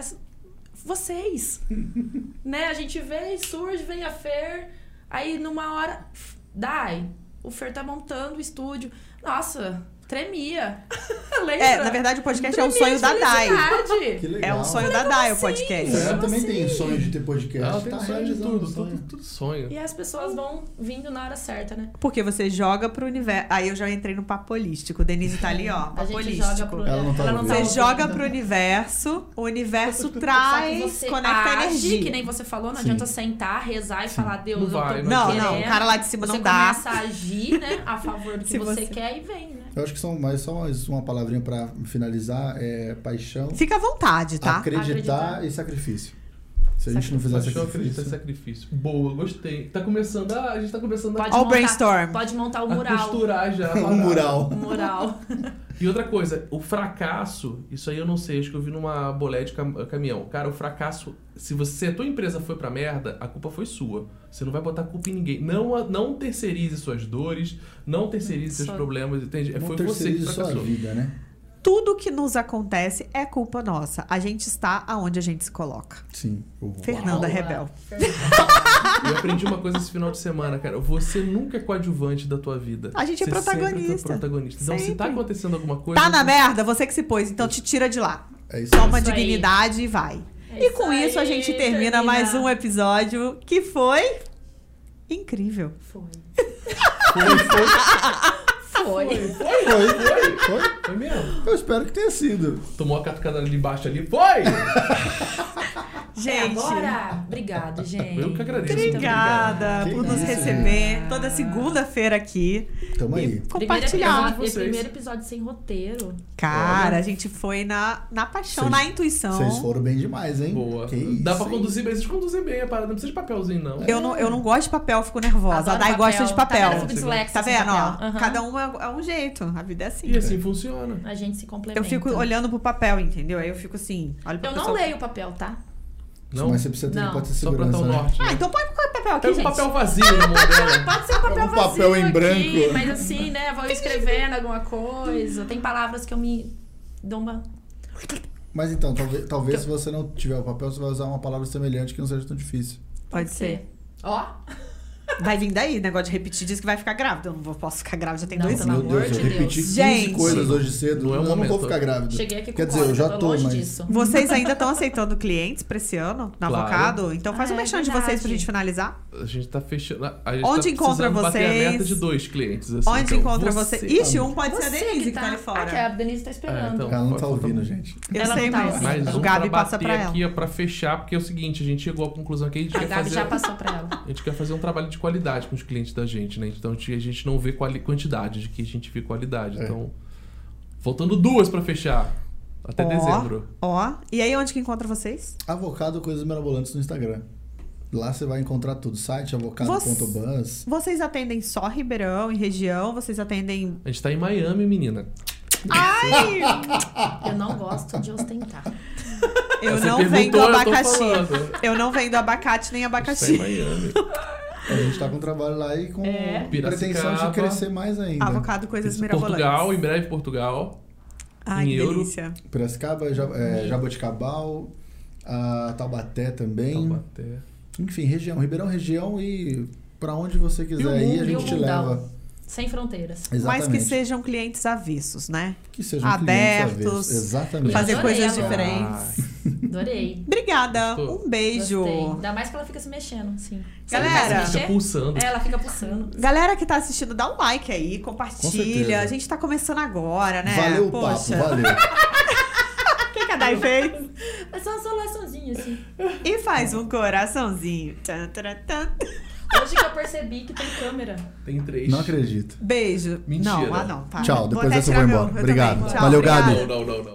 Vocês. Né? A gente vem, surge, vem a Fer, aí numa hora, Dai, o Fer tá montando o estúdio. Nossa, tremia. Lembra? Na verdade, o podcast é um Tremia sonho de da Dai. felicidade. Que legal. É um sonho da Dai, o podcast. Ela também tem sonho de ter podcast. Ela tem Tá sonho de realizando tudo, o sonho. tudo sonho. E as pessoas vão vindo na hora certa, né? Porque você joga pro universo. Aí eu já entrei no papo holístico. Denise tá ali, ó. A Papo gente holístico. joga pro... Ela não tá ouvindo. Você ouvindo. joga pro universo, o universo Só que traz, você conecta age, energia. que nem você falou, não Sim. adianta sentar, rezar e falar, Deus, Não vai, eu tô não querendo. Não, o cara lá de cima você não dá. começa a agir, né, a favor do que Se você você- quer e vem, né? Eu acho que só mais uma palavrinha pra finalizar. É paixão, Fica à vontade, tá? acreditar e sacrifício. Se a gente não fizer Paixão, acredita em sacrifício... sacrifício. Boa, gostei. Tá começando a gente tá começando Pode Ó o montar- brainstorm. Pode montar o a mural. costurar já. a Um parada. mural. O mural. E outra coisa, o fracasso, isso aí eu não sei, acho que eu vi numa bolé de caminhão. Cara, o fracasso, se a tua empresa foi pra merda, a culpa foi sua. Você não vai botar culpa em ninguém. Não terceirize suas dores, não terceirize seus Só- problemas, entende? Não Foi você que terceirize sua fracassou. vida, né? Tudo que nos acontece é culpa nossa. A gente está aonde a gente se coloca. Sim. Fernanda Uau, Rebel. Eu aprendi uma coisa esse final de semana, cara. Você nunca é coadjuvante da tua vida. A gente é Você protagonista. sempre é protagonista. Então, se tá Sempre. acontecendo alguma coisa... Tá na merda? Você que se pôs, então te tira de lá. É isso Toma Isso aí. dignidade e vai. É E com isso a aí, gente termina mais um episódio que foi incrível. Foi. Foi. Foi mesmo. Eu espero que tenha sido. Tomou a catucada ali embaixo ali. Foi! Gente, Agora, obrigado, gente. Eu que agradeço. Muito obrigada por nos isso, receber toda segunda-feira aqui. Tamo aí. E compartilhar. vocês. Primeiro episódio sem roteiro. Cara, a gente foi na paixão, Vocês- na intuição. Vocês foram bem demais, hein? Boa. Que isso, Dá pra hein? conduzir bem. Vocês conduzem bem a parada. Não precisa de papelzinho, não. Eu não gosto de papel, fico nervosa. Adoro A Dai gosta de papel. Tá vendo? Eu fico dislexa Tá sem vendo? Ó, papel. Aham. cada um é um jeito. A vida é assim. E assim funciona. A gente se complementa. Eu fico olhando pro papel, entendeu? Aí eu fico assim, olha pra Eu não pessoa. leio o papel, tá? Não? Mas você precisa ter, Não. pode ter Só pra segurança, dar o né? norte. Ah, né? então põe o papel aqui, Pega um gente. papel vazio na mão dela. Pode ser um papel Um vazio papel em aqui, branco. mas assim, né? Vou escrevendo alguma coisa. Tem palavras que eu me dou uma... Mas então, talvez se você não tiver o papel, você vai usar uma palavra semelhante que não seja tão difícil. Pode ser. Ó. Vai vir daí, negócio de repetir, diz que vai ficar grávida. Eu não posso ficar grávida, já tem Não, 2 pelo anos. Meu amor Deus, eu de repeti Deus. 15 Gente. coisas hoje cedo. Não é o eu não vou momento. ficar grávida. Cheguei aqui com Quer dizer, eu já tô, longe mas... disso. Vocês ainda estão aceitando clientes pra esse ano, na Claro. Avocado? Então faz um Ah, é merchan de verdade. vocês pra gente finalizar. A gente tá fechando. A gente Onde tá encontra precisando bater a vocês? meta de 2 clientes. Assim. Onde Então, encontra você? você? Ixi, um pode ser a Você Denise que tá ali Ah, fora. que a Denise tá esperando. então. Ela não tá Falta ouvindo, muito. gente. Eu Ela sei, não tá mas ouvindo. Mais o um Gabi pra passa bater pra ela. aqui, ó, pra fechar, porque é o seguinte, a gente chegou à conclusão que a gente A quer Gabi fazer... já passou pra ela. A gente quer fazer um trabalho de qualidade com os clientes da gente, né? Então a gente não vê quantidade, de que a gente vê qualidade. É. Então, faltando 2 pra fechar. Até dezembro. Ó. E aí, onde que encontra vocês? Avocado Coisas Mirabolantes no Instagram. Lá você vai encontrar tudo. Site avocado.bans. Vocês atendem só Ribeirão e região? Vocês atendem... A gente tá em Miami, menina. Ai! Eu não gosto de ostentar. Eu Você não perguntou, vendo eu tô abacaxi. falando. Eu não vendo abacate nem A gente tá abacaxi. em Miami. A gente tá com trabalho lá e com pretensão de crescer mais ainda. Avocado, coisas mirabolantes. Portugal, em breve Portugal. Ai, em que euro. delícia. Piracicaba, Jaboticabal, Taubaté também. Taubaté. Enfim, Ribeirão região e pra onde você quiser ir, a gente te leva. Sem fronteiras. Exatamente. Mas que sejam clientes avessos, né? Que sejam abertos, clientes avessos. Exatamente. Fazer Adorei coisas agora. diferentes. Adorei. Obrigada. Gostou? Um beijo. Gostei. Ainda mais que ela fica se mexendo, sim. Galera. Fica pulsando. Ela fica pulsando. Galera que tá assistindo, dá um like aí, Com compartilha. certeza. A gente tá começando agora, né? Valeu o Poxa. papo, valeu. O que a Dai fez? É só uma solaçãozinha, assim. E faz um coraçãozinho. Tan, tan, tan. Hoje que eu percebi que tem câmera. Tem 3. Não acredito. Beijo. Mentira. Não, não, tá. Tchau, Vou depois até dessa eu tirar vou embora. meu Obrigado. também. Tchau, Valeu, obrigada. Gabi. Não.